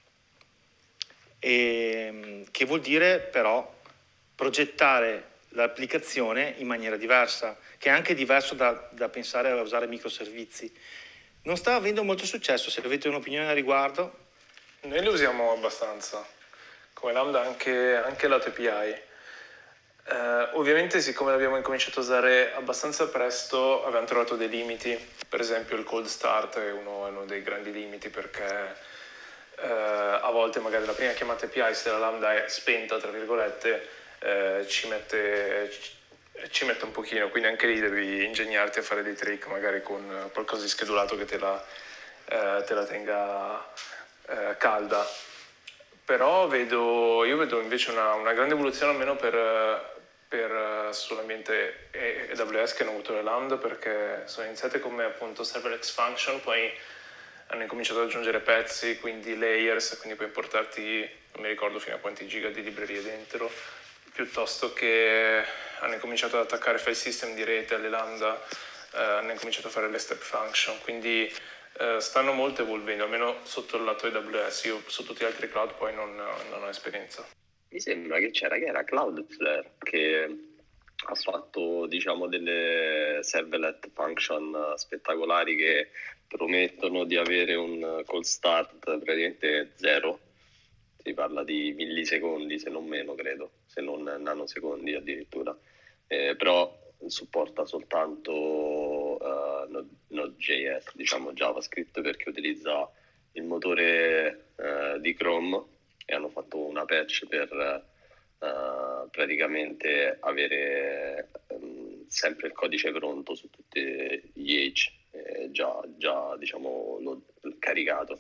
e, che vuol dire però progettare l'applicazione in maniera diversa, che è anche diverso da, da pensare a usare microservizi. Non sta avendo molto successo, se avete un'opinione a riguardo. Noi le usiamo abbastanza, come Lambda anche, anche lato A P I. Eh, ovviamente siccome l'abbiamo incominciato a usare abbastanza presto avevamo trovato dei limiti, per esempio il cold start è uno, è uno dei grandi limiti perché eh, a volte magari la prima chiamata A P I, se la Lambda è spenta tra virgolette, eh, ci mette... Ci, ci mette un pochino, quindi anche lì devi ingegnarti a fare dei trick magari con qualcosa di schedulato che te la, eh, te la tenga eh, calda. Però vedo, io vedo invece una, una grande evoluzione almeno per, per sull'ambiente A W S che hanno avuto le Lambda, perché sono iniziate come appunto serverless function, poi hanno incominciato ad aggiungere pezzi, quindi layers, quindi puoi importarti, non mi ricordo fino a quanti giga di librerie dentro, piuttosto che hanno incominciato ad attaccare file system di rete alle Lambda, eh, hanno incominciato a fare le step function, quindi eh, stanno molto evolvendo, almeno sotto il lato A W S. Io su tutti gli altri cloud poi non, non ho esperienza. Mi sembra che c'era, che era Cloudflare, che ha fatto diciamo delle serverlet function spettacolari che promettono di avere un call start praticamente zero. Si parla di millisecondi, se non meno, credo, se non nanosecondi addirittura. Eh, però supporta soltanto uh, Node.js, diciamo JavaScript, perché utilizza il motore uh, di Chrome e hanno fatto una patch per uh, praticamente avere um, sempre il codice pronto su tutti gli edge, eh, già, già diciamo lo, caricato.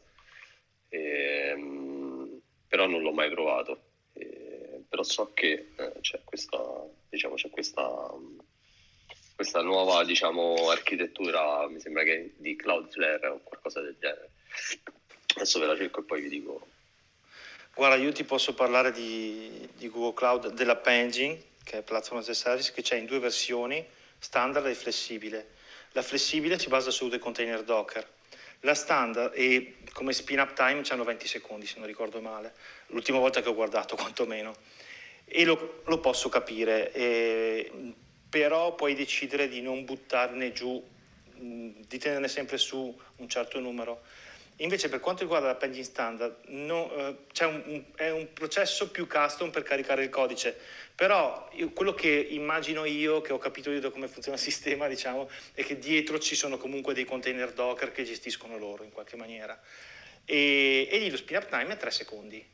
E, um, però non l'ho mai provato, eh, però so che eh, c'è questa, diciamo, c'è questa, um, questa nuova, diciamo, architettura, mi sembra che di Cloudflare o qualcosa del genere. Adesso ve la cerco e poi vi dico. Guarda, io ti posso parlare di, di Google Cloud, dell'App Engine, che è Platform as a Service, che c'è in due versioni, standard e flessibile. La flessibile si basa su dei container Docker. La standard, e come spin up time c'hanno venti secondi se non ricordo male, l'ultima volta che ho guardato quantomeno, e lo, lo posso capire, e, però puoi decidere di non buttarne giù, di tenerne sempre su un certo numero. Invece per quanto riguarda la Engine standard no, eh, c'è un, un, è un processo più custom per caricare il codice, però io, quello che immagino io, che ho capito io da come funziona il sistema, diciamo, è che dietro ci sono comunque dei container Docker che gestiscono loro in qualche maniera, e, e lì lo spin up time è tre secondi.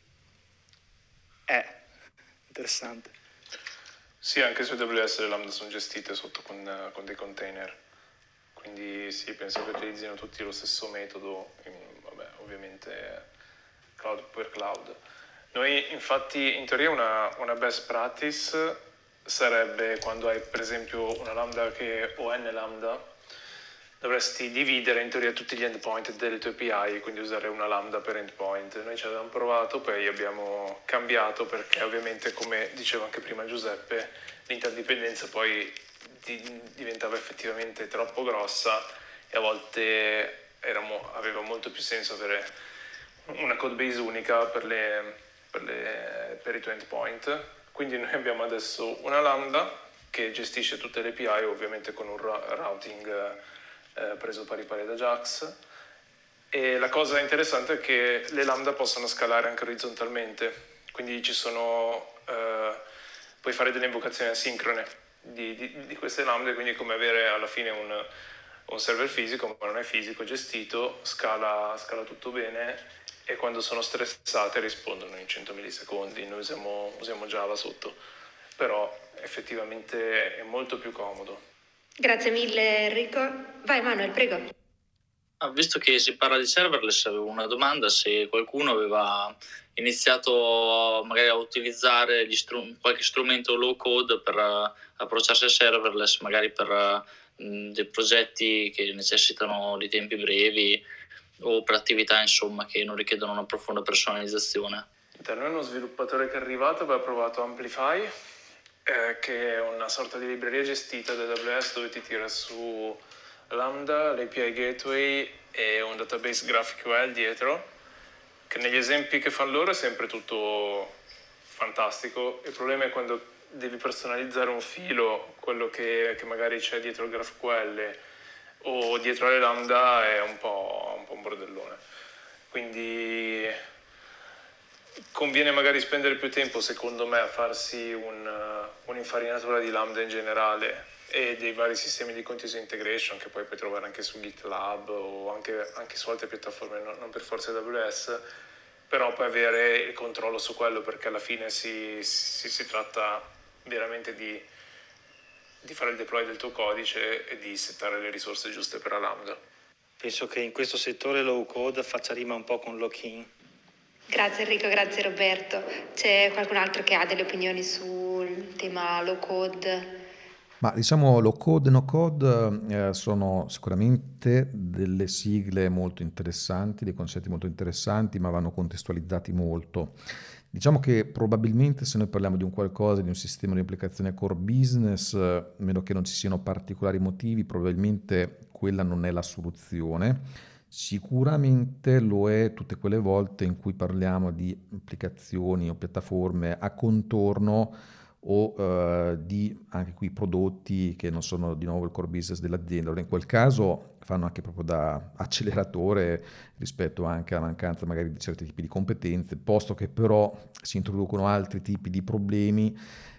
È interessante. Sì, anche su A W S le Lambda sono gestite sotto con, con dei container, quindi sì, penso che utilizzino tutti lo stesso metodo, in, vabbè, ovviamente cloud per cloud. Noi infatti in teoria una, una best practice sarebbe quando hai per esempio una Lambda che o n Lambda, dovresti dividere in teoria tutti gli endpoint delle tue A P I, quindi usare una Lambda per endpoint. Noi ci avevamo provato, poi abbiamo cambiato perché ovviamente, come diceva anche prima Giuseppe, l'interdipendenza poi di, diventava effettivamente troppo grossa e a volte era mo, aveva molto più senso avere una code base unica per, le, per, le, per i tuoi endpoint, Quindi noi abbiamo adesso una Lambda che gestisce tutte le A P I, ovviamente con un routing eh, preso pari pari da Jax, e la cosa interessante è che le Lambda possono scalare anche orizzontalmente, quindi ci sono, eh, puoi fare delle invocazioni asincrone di, di, di queste Lambda, quindi è come avere alla fine un, un server fisico, ma non è fisico, gestito, scala, scala tutto bene, e quando sono stressate rispondono in cento millisecondi. Noi usiamo, usiamo Java sotto, però effettivamente è molto più comodo. Grazie mille Enrico. Vai Manuel, prego. Ah, visto che si parla di serverless, avevo una domanda: se qualcuno aveva iniziato magari a utilizzare gli str- qualche strumento low code per uh, approcciarsi al serverless, magari per uh, mh, dei progetti che necessitano di tempi brevi o per attività insomma che non richiedono una profonda personalizzazione. Da noi uno sviluppatore che è arrivato aveva provato Amplify, eh, che è una sorta di libreria gestita da A W S dove ti tira su Lambda, l'A P I Gateway e un database GraphQL dietro, che negli esempi che fanno loro è sempre tutto fantastico. Il problema è quando devi personalizzare un filo, quello che, che magari c'è dietro il GraphQL o dietro le Lambda è un po', un po' un bordellone. Quindi conviene magari spendere più tempo, secondo me, a farsi un, un'infarinatura di Lambda in generale e dei vari sistemi di continuous integration che poi puoi trovare anche su GitLab o anche, anche su altre piattaforme, non, non per forza A W S, però puoi avere il controllo su quello, perché alla fine si, si, si tratta veramente di, di fare il deploy del tuo codice e di settare le risorse giuste per la Lambda. Penso che in questo settore low code faccia rima un po' con lock-in. Grazie Enrico, grazie Roberto. C'è qualcun altro che ha delle opinioni sul tema low code? Ma diciamo low code e no code eh, sono sicuramente delle sigle molto interessanti, dei concetti molto interessanti, ma vanno contestualizzati molto. Diciamo che probabilmente se noi parliamo di un qualcosa, di un sistema di applicazione core business, a meno che non ci siano particolari motivi, probabilmente quella non è la soluzione. Sicuramente lo è tutte quelle volte in cui parliamo di applicazioni o piattaforme a contorno o eh, di anche qui prodotti che non sono di nuovo il core business dell'azienda. Allora in quel caso fanno anche proprio da acceleratore rispetto anche alla mancanza magari di certi tipi di competenze, posto che però si introducono altri tipi di problemi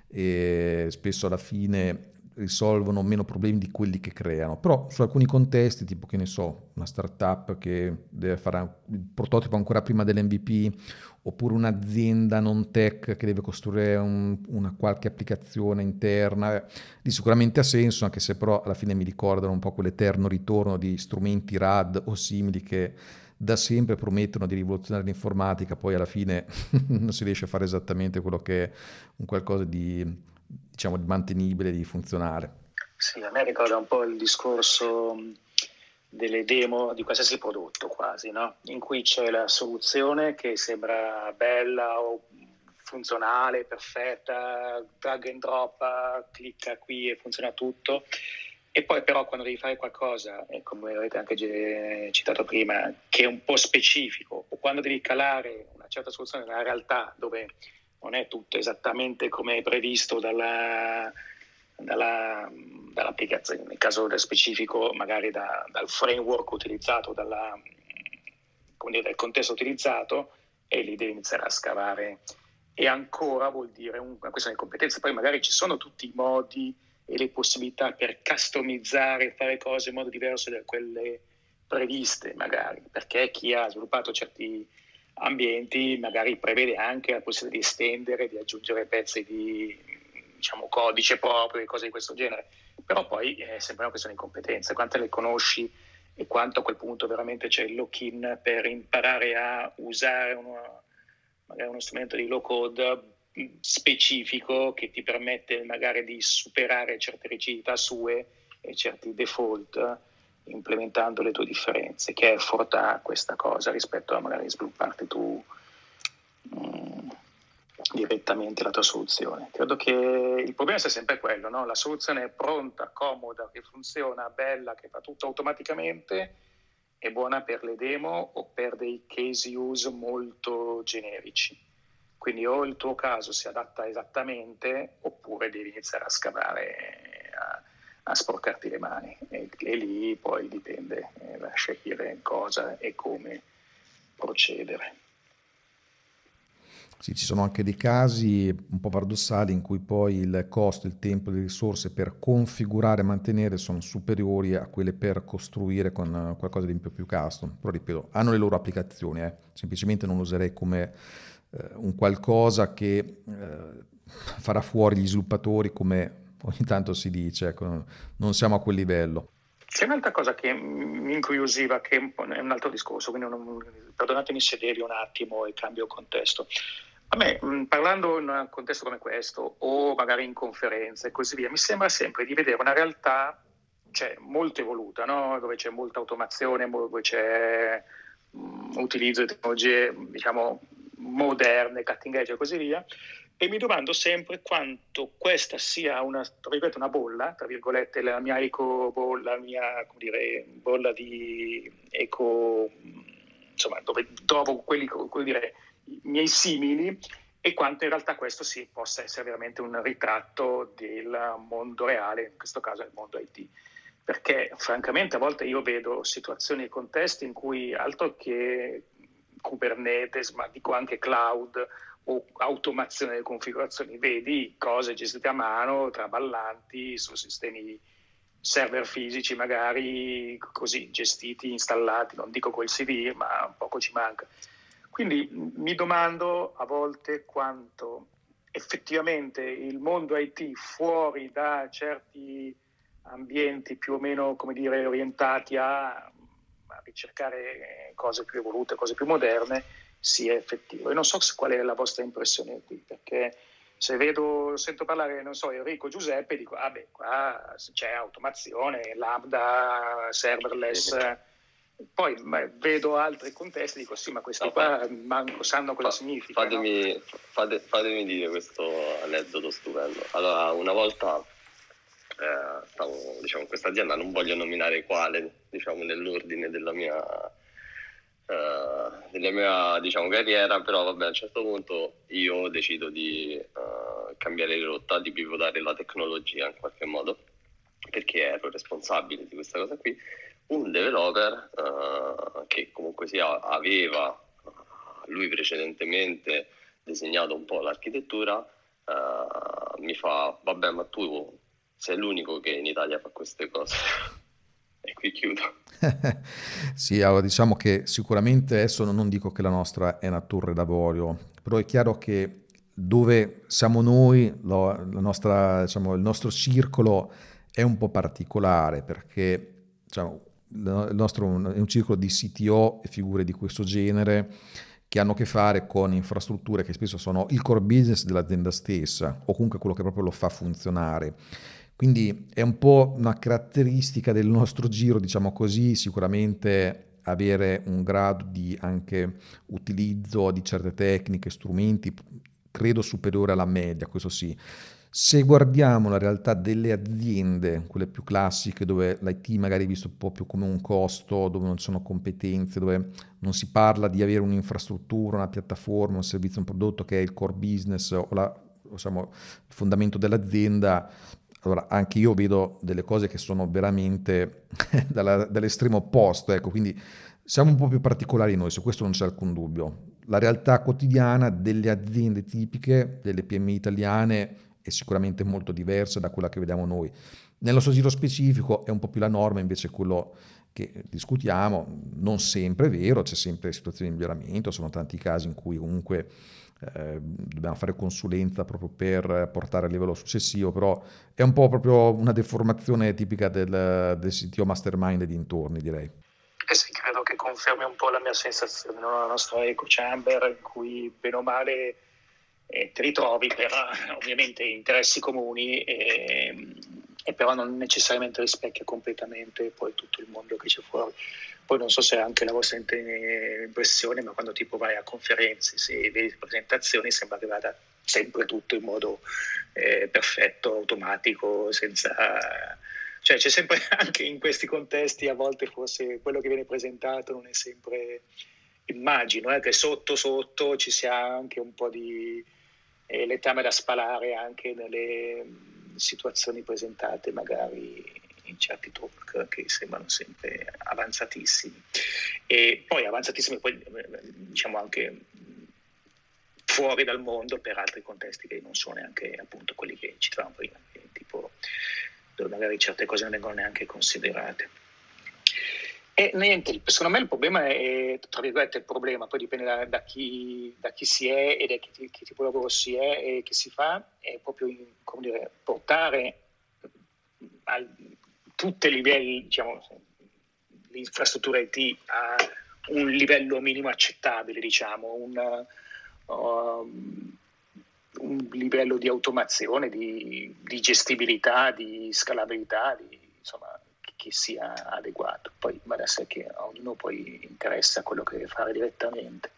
e spesso alla fine risolvono meno problemi di quelli che creano. Però su alcuni contesti, tipo che ne so, una startup che deve fare il prototipo ancora prima dell'M V P, oppure un'azienda non tech che deve costruire un, una qualche applicazione interna, lì sicuramente ha senso, anche se però alla fine mi ricordano un po' quell'eterno ritorno di strumenti R A D o simili che da sempre promettono di rivoluzionare l'informatica, poi alla fine non si riesce a fare esattamente quello che è un qualcosa di, diciamo, di mantenibile, di funzionale. Sì, a me ricorda un po' il discorso delle demo di qualsiasi prodotto quasi, no? In cui c'è la soluzione che sembra bella o funzionale, perfetta, drag and drop, clicca qui e funziona tutto, e poi però quando devi fare qualcosa, e come avete anche citato prima, che è un po' specifico, o quando devi calare una certa soluzione nella realtà dove non è tutto esattamente come previsto dalla, dalla, dall'applicazione, nel caso del specifico magari da, dal framework utilizzato, dalla, come dire, dal contesto utilizzato, e lì devi iniziare a scavare. E ancora vuol dire una questione di competenze. Poi magari ci sono tutti i modi e le possibilità per customizzare, fare cose in modo diverso da quelle previste, magari, perché chi ha sviluppato certi ambienti magari prevede anche la possibilità di estendere, di aggiungere pezzi di, diciamo, codice proprio e cose di questo genere. Però poi è sempre una questione di competenze, quante le conosci e quanto a quel punto veramente c'è il lock-in per imparare a usare uno, magari uno strumento di low code specifico che ti permette magari di superare certe rigidità sue e certi default, implementando le tue differenze, che è forte questa cosa rispetto a magari svilupparti tu mh, direttamente la tua soluzione. Credo che il problema sia sempre quello, no? La soluzione è pronta, comoda, che funziona, bella, che fa tutto automaticamente, è buona per le demo o per dei case use molto generici. Quindi o il tuo caso si adatta esattamente oppure devi iniziare a scavare, a, a sporcarti le mani e, e lì poi dipende eh, da scegliere cosa e come procedere. Sì, ci sono anche dei casi un po' paradossali in cui poi il costo, il tempo, le risorse per configurare e mantenere sono superiori a quelle per costruire con qualcosa di un po' più custom. Però ripeto, hanno le loro applicazioni, eh. Semplicemente non lo userei come eh, un qualcosa che eh, farà fuori gli sviluppatori, come ogni tanto si dice, ecco, non siamo a quel livello. C'è un'altra cosa che mi incuriosiva, che è un altro discorso, quindi non, perdonatemi se devi un attimo e cambio contesto. A me, parlando in un contesto come questo, o magari in conferenze e così via, mi sembra sempre di vedere una realtà, cioè, molto evoluta, no? Dove c'è molta automazione, dove c'è um, utilizzo di tecnologie, diciamo, moderne, cutting edge e così via, e mi domando sempre quanto questa sia una, tra virgolette, una bolla, tra virgolette, la mia eco bolla, la mia, come dire, bolla di eco, insomma, dove trovo quelli, come dire, i miei simili, e quanto in realtà questo sì possa essere veramente un ritratto del mondo reale, in questo caso il mondo I T. Perché francamente a volte io vedo situazioni e contesti in cui altro che Kubernetes, ma dico anche cloud o automazione delle configurazioni, vedi cose gestite a mano, traballanti, su sistemi server fisici magari così gestiti, installati, non dico col C D, ma poco ci manca. Quindi mi domando a volte quanto effettivamente il mondo I T fuori da certi ambienti più o meno, come dire, orientati a, a ricercare cose più evolute, cose più moderne, sia effettivo. E non so qual è la vostra impressione qui, perché se vedo, sento parlare, non so, Enrico Giuseppe, dico, ah beh, qua c'è automazione, lambda, serverless. Poi vedo altri contesti e dico sì, ma questi no, qua manco sanno cosa fa, significa. Fatemi, no? fate, fatemi dire questo aneddoto stupendo. Allora, una volta eh, stavo, diciamo, in questa azienda, non voglio nominare quale, diciamo, nell'ordine della mia, eh, della mia diciamo, carriera, però vabbè, a un certo punto io decido di eh, cambiare di rotta, di pivotare la tecnologia in qualche modo, perché ero responsabile di questa cosa qui. Un developer uh, che comunque sia aveva uh, lui precedentemente disegnato un po' l'architettura, uh, mi fa vabbè, ma tu sei l'unico che in Italia fa queste cose. E qui chiudo. Sì, allora diciamo che sicuramente adesso non dico che la nostra è una torre d'avorio, però è chiaro che dove siamo noi, lo, la nostra, diciamo, il nostro circolo è un po' particolare, perché diciamo, il nostro è un circolo di C T O e figure di questo genere che hanno a che fare con infrastrutture che spesso sono il core business dell'azienda stessa o comunque quello che proprio lo fa funzionare. Quindi è un po' una caratteristica del nostro giro, diciamo così, sicuramente avere un grado di anche utilizzo di certe tecniche, strumenti, credo superiore alla media, questo sì. Se guardiamo la realtà delle aziende, quelle più classiche, dove l'I T magari è visto un po' più come un costo, dove non ci sono competenze, dove non si parla di avere un'infrastruttura, una piattaforma, un servizio, un prodotto che è il core business o la, diciamo, il fondamento dell'azienda, allora anche io vedo delle cose che sono veramente dalla, dall'estremo opposto, ecco, quindi siamo un po' più particolari noi, su questo non c'è alcun dubbio. La realtà quotidiana delle aziende tipiche, delle P M I italiane, è sicuramente molto diversa da quella che vediamo noi. Nel nostro giro specifico è un po' più la norma, invece quello che discutiamo, non sempre è vero, c'è sempre situazioni di miglioramento, sono tanti casi in cui comunque eh, dobbiamo fare consulenza proprio per portare al livello successivo, però è un po' proprio una deformazione tipica del, del C T O mastermind e dintorni, direi. Eh sì, credo che confermi un po' la mia sensazione, no? La nostra echo chamber in cui bene o male eh, ti ritrovi per ovviamente interessi comuni e, e però non necessariamente rispecchia completamente poi tutto il mondo che c'è fuori. Poi non so se è anche la vostra impressione, ma quando tipo vai a conferenze, se vedi presentazioni, sembra che vada sempre tutto in modo eh, perfetto, automatico, senza... Cioè c'è sempre, anche in questi contesti, a volte forse quello che viene presentato non è sempre immagino eh, che sotto sotto ci sia anche un po' di eh, letame da spalare anche nelle mh, situazioni presentate magari in certi talk che sembrano sempre avanzatissimi, e poi avanzatissimi poi diciamo anche fuori dal mondo per altri contesti che non sono neanche appunto quelli che citavamo prima, tipo dove magari certe cose non vengono neanche considerate. E niente, secondo me il problema è, tra virgolette, il problema, poi dipende da, da, chi, da chi si è e da chi, che tipo di lavoro si è e che si fa, è proprio in, come dire, portare a tutti i livelli, diciamo, l'infrastruttura I T a un livello minimo accettabile, diciamo, un, um, un livello di automazione, di, di gestibilità, di scalabilità, di, insomma, che sia adeguato. Poi va da sé che a ognuno poi interessa quello che deve fare direttamente.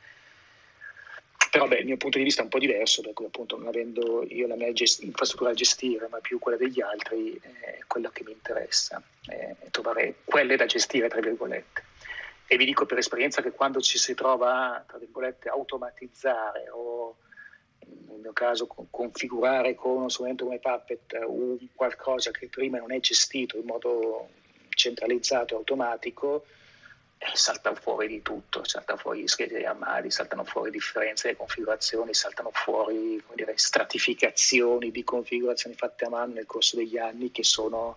Però beh, il mio punto di vista è un po' diverso, per cui appunto non avendo io la mia gest- infrastruttura da gestire, ma più quella degli altri, è quello che mi interessa, è trovare quelle da gestire, tra virgolette. E vi dico per esperienza che quando ci si trova, tra virgolette, a automatizzare o nel mio caso configurare con uno strumento come Puppet un qualcosa che prima non è gestito in modo centralizzato e automatico, eh, salta fuori di tutto, saltano fuori schede amari, saltano fuori differenze di configurazioni, saltano fuori, come dire, stratificazioni di configurazioni fatte a mano nel corso degli anni che sono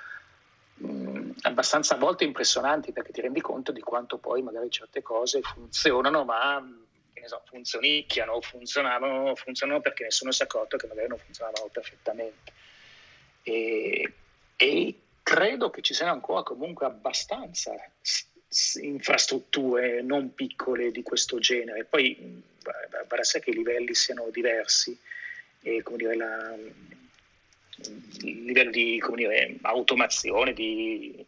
mh, abbastanza a volte impressionanti, perché ti rendi conto di quanto poi magari certe cose funzionano ma che ne so, funzionicchiano o funzionavano, funzionano perché nessuno si è accorto che magari non funzionavano perfettamente. E, e credo che ci siano ancora comunque abbastanza s- s- infrastrutture non piccole di questo genere. Poi va da sé che i livelli siano diversi e come dire, la, il livello di come dire, automazione, di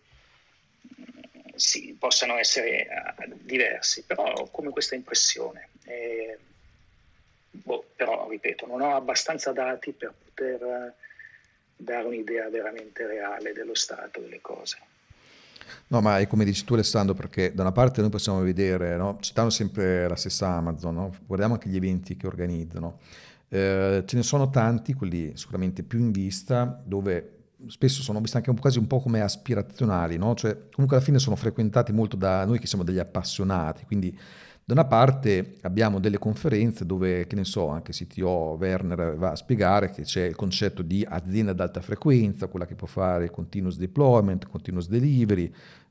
sì, possano essere uh, diversi, però ho come questa impressione. Eh, boh, però, ripeto, non ho abbastanza dati per poter uh, dare un'idea veramente reale dello stato delle cose. No, ma è come dici tu Alessandro, perché da una parte noi possiamo vedere, no? Citando sempre la stessa Amazon, no? Guardiamo anche gli eventi che organizzano. Eh, ce ne sono tanti, quelli sicuramente più in vista, dove spesso sono visti anche un po' quasi un po' come aspirazionali, no? Cioè, comunque alla fine sono frequentati molto da noi che siamo degli appassionati, quindi da una parte abbiamo delle conferenze dove, che ne so, anche C T O Werner va a spiegare che c'è il concetto di azienda ad alta frequenza, quella che può fare continuous deployment, continuous delivery,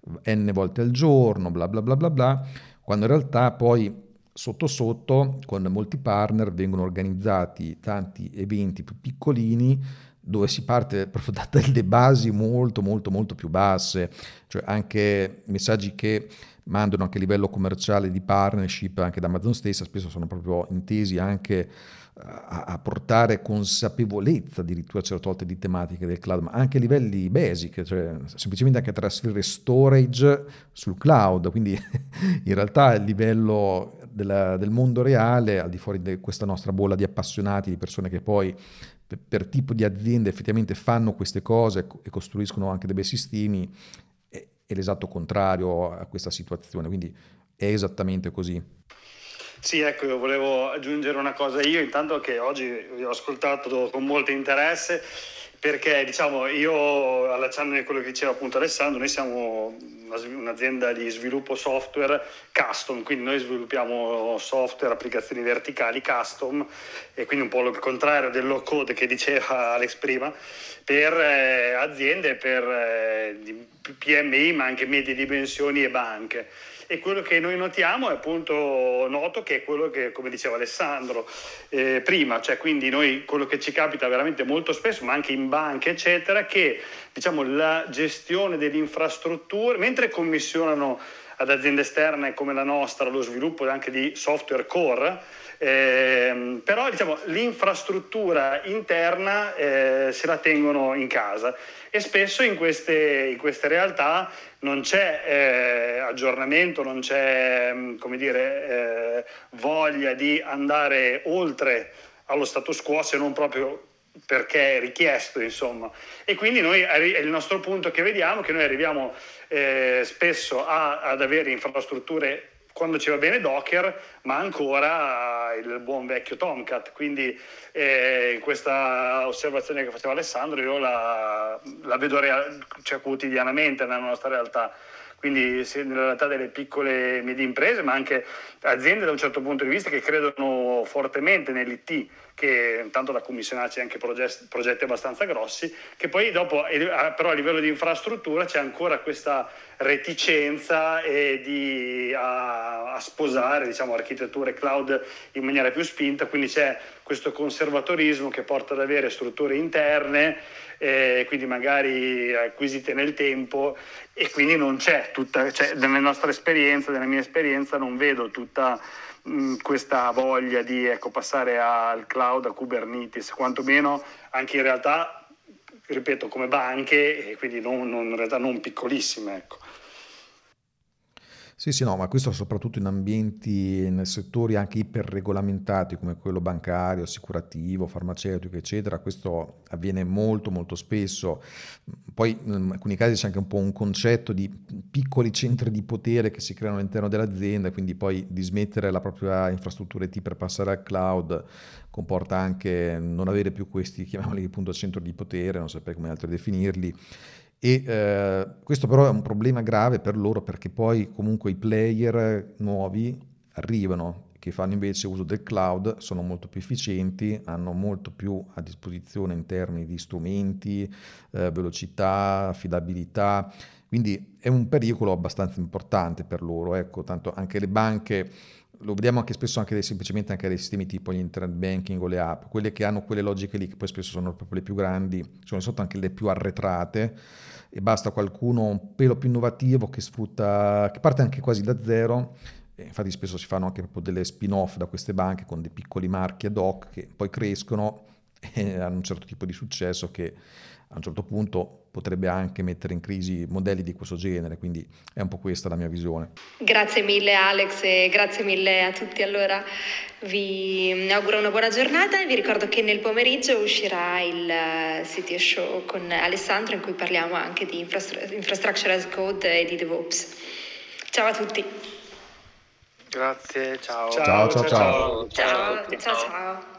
n volte al giorno, bla bla bla bla bla, quando in realtà poi sotto sotto con molti partner vengono organizzati tanti eventi più piccolini dove si parte proprio da delle basi molto molto molto più basse, cioè anche messaggi che mandano anche a livello commerciale di partnership anche da Amazon stessa spesso sono proprio intesi anche a, a portare consapevolezza addirittura certe volte di tematiche del cloud, ma anche a livelli basic, cioè semplicemente anche trasferire storage sul cloud, quindi in realtà il livello della, del mondo reale, al di fuori di questa nostra bolla di appassionati, di persone che poi per, per tipo di aziende effettivamente fanno queste cose e costruiscono anche dei bei sistemi, è, è l'esatto contrario a questa situazione, quindi è esattamente così. Sì, ecco, io volevo aggiungere una cosa io, intanto che oggi vi ho ascoltato con molto interesse, perché diciamo io, allacciandomi a quello che diceva appunto Alessandro, noi siamo un'azienda di sviluppo software custom, quindi noi sviluppiamo software, applicazioni verticali custom, e quindi un po' il contrario del low code che diceva Alex prima, per eh, aziende, per eh, P M I, ma anche medie dimensioni e banche. E quello che noi notiamo è appunto, noto che è quello che, come diceva Alessandro eh, prima, cioè quindi noi quello che ci capita veramente molto spesso, ma anche in banche eccetera, che diciamo la gestione delle infrastrutture, mentre commissionano ad aziende esterne come la nostra lo sviluppo anche di software core, eh, però diciamo l'infrastruttura interna eh, se la tengono in casa, e spesso in queste, in queste realtà non c'è eh, aggiornamento, non c'è come dire, eh, voglia di andare oltre allo status quo, se non proprio perché è richiesto, insomma. E quindi noi è il nostro punto che vediamo, che noi arriviamo eh, spesso a, ad avere infrastrutture quando ci va bene Docker, ma ancora il buon vecchio Tomcat. Quindi eh, questa osservazione che faceva Alessandro io la, la vedo real, cioè, quotidianamente nella nostra realtà. Quindi nella realtà delle piccole e medie imprese, ma anche aziende da un certo punto di vista che credono fortemente nell'I T, che intanto da commissionarci anche progetti, progetti abbastanza grossi, che poi dopo però a livello di infrastruttura c'è ancora questa reticenza e di, a, a sposare, diciamo, architetture cloud in maniera più spinta, quindi c'è questo conservatorismo che porta ad avere strutture interne, eh, quindi magari acquisite nel tempo, e quindi non c'è tutta, cioè, nella nostra esperienza, nella mia esperienza non vedo tutta mh, questa voglia di ecco, passare al cloud, a Kubernetes, quantomeno anche in realtà, ripeto, come banche, e quindi non, non, in realtà non piccolissime, ecco. Sì, sì, no, ma questo soprattutto in ambienti, in settori anche iperregolamentati come quello bancario, assicurativo, farmaceutico, eccetera, questo avviene molto molto spesso. Poi in alcuni casi c'è anche un po' un concetto di piccoli centri di potere che si creano all'interno dell'azienda, quindi poi dismettere la propria infrastruttura I T per passare al cloud comporta anche non avere più questi, chiamiamoli appunto centri di potere, non saprei come altro definirli. E eh, questo però è un problema grave per loro, perché poi comunque i player nuovi arrivano, che fanno invece uso del cloud, sono molto più efficienti, hanno molto più a disposizione in termini di strumenti, eh, velocità, affidabilità, quindi è un pericolo abbastanza importante per loro. Ecco, tanto anche le banche, lo vediamo anche spesso anche dei, semplicemente anche dei sistemi tipo gli internet banking o le app, quelle che hanno quelle logiche lì, che poi spesso sono proprio le più grandi, sono sotto anche le più arretrate, e basta qualcuno un pelo più innovativo che sfrutta, che parte anche quasi da zero. E infatti spesso si fanno anche proprio delle spin-off da queste banche con dei piccoli marchi ad hoc che poi crescono e hanno un certo tipo di successo che a un certo punto potrebbe anche mettere in crisi modelli di questo genere, quindi è un po' questa la mia visione. Grazie mille Alex e grazie mille a tutti. Allora vi auguro una buona giornata e vi ricordo che nel pomeriggio uscirà il C T O Show con Alessandro in cui parliamo anche di infrastru- Infrastructure as Code e di DevOps. Ciao a tutti. Grazie, ciao. Ciao, ciao, ciao. Ciao, ciao, ciao. ciao.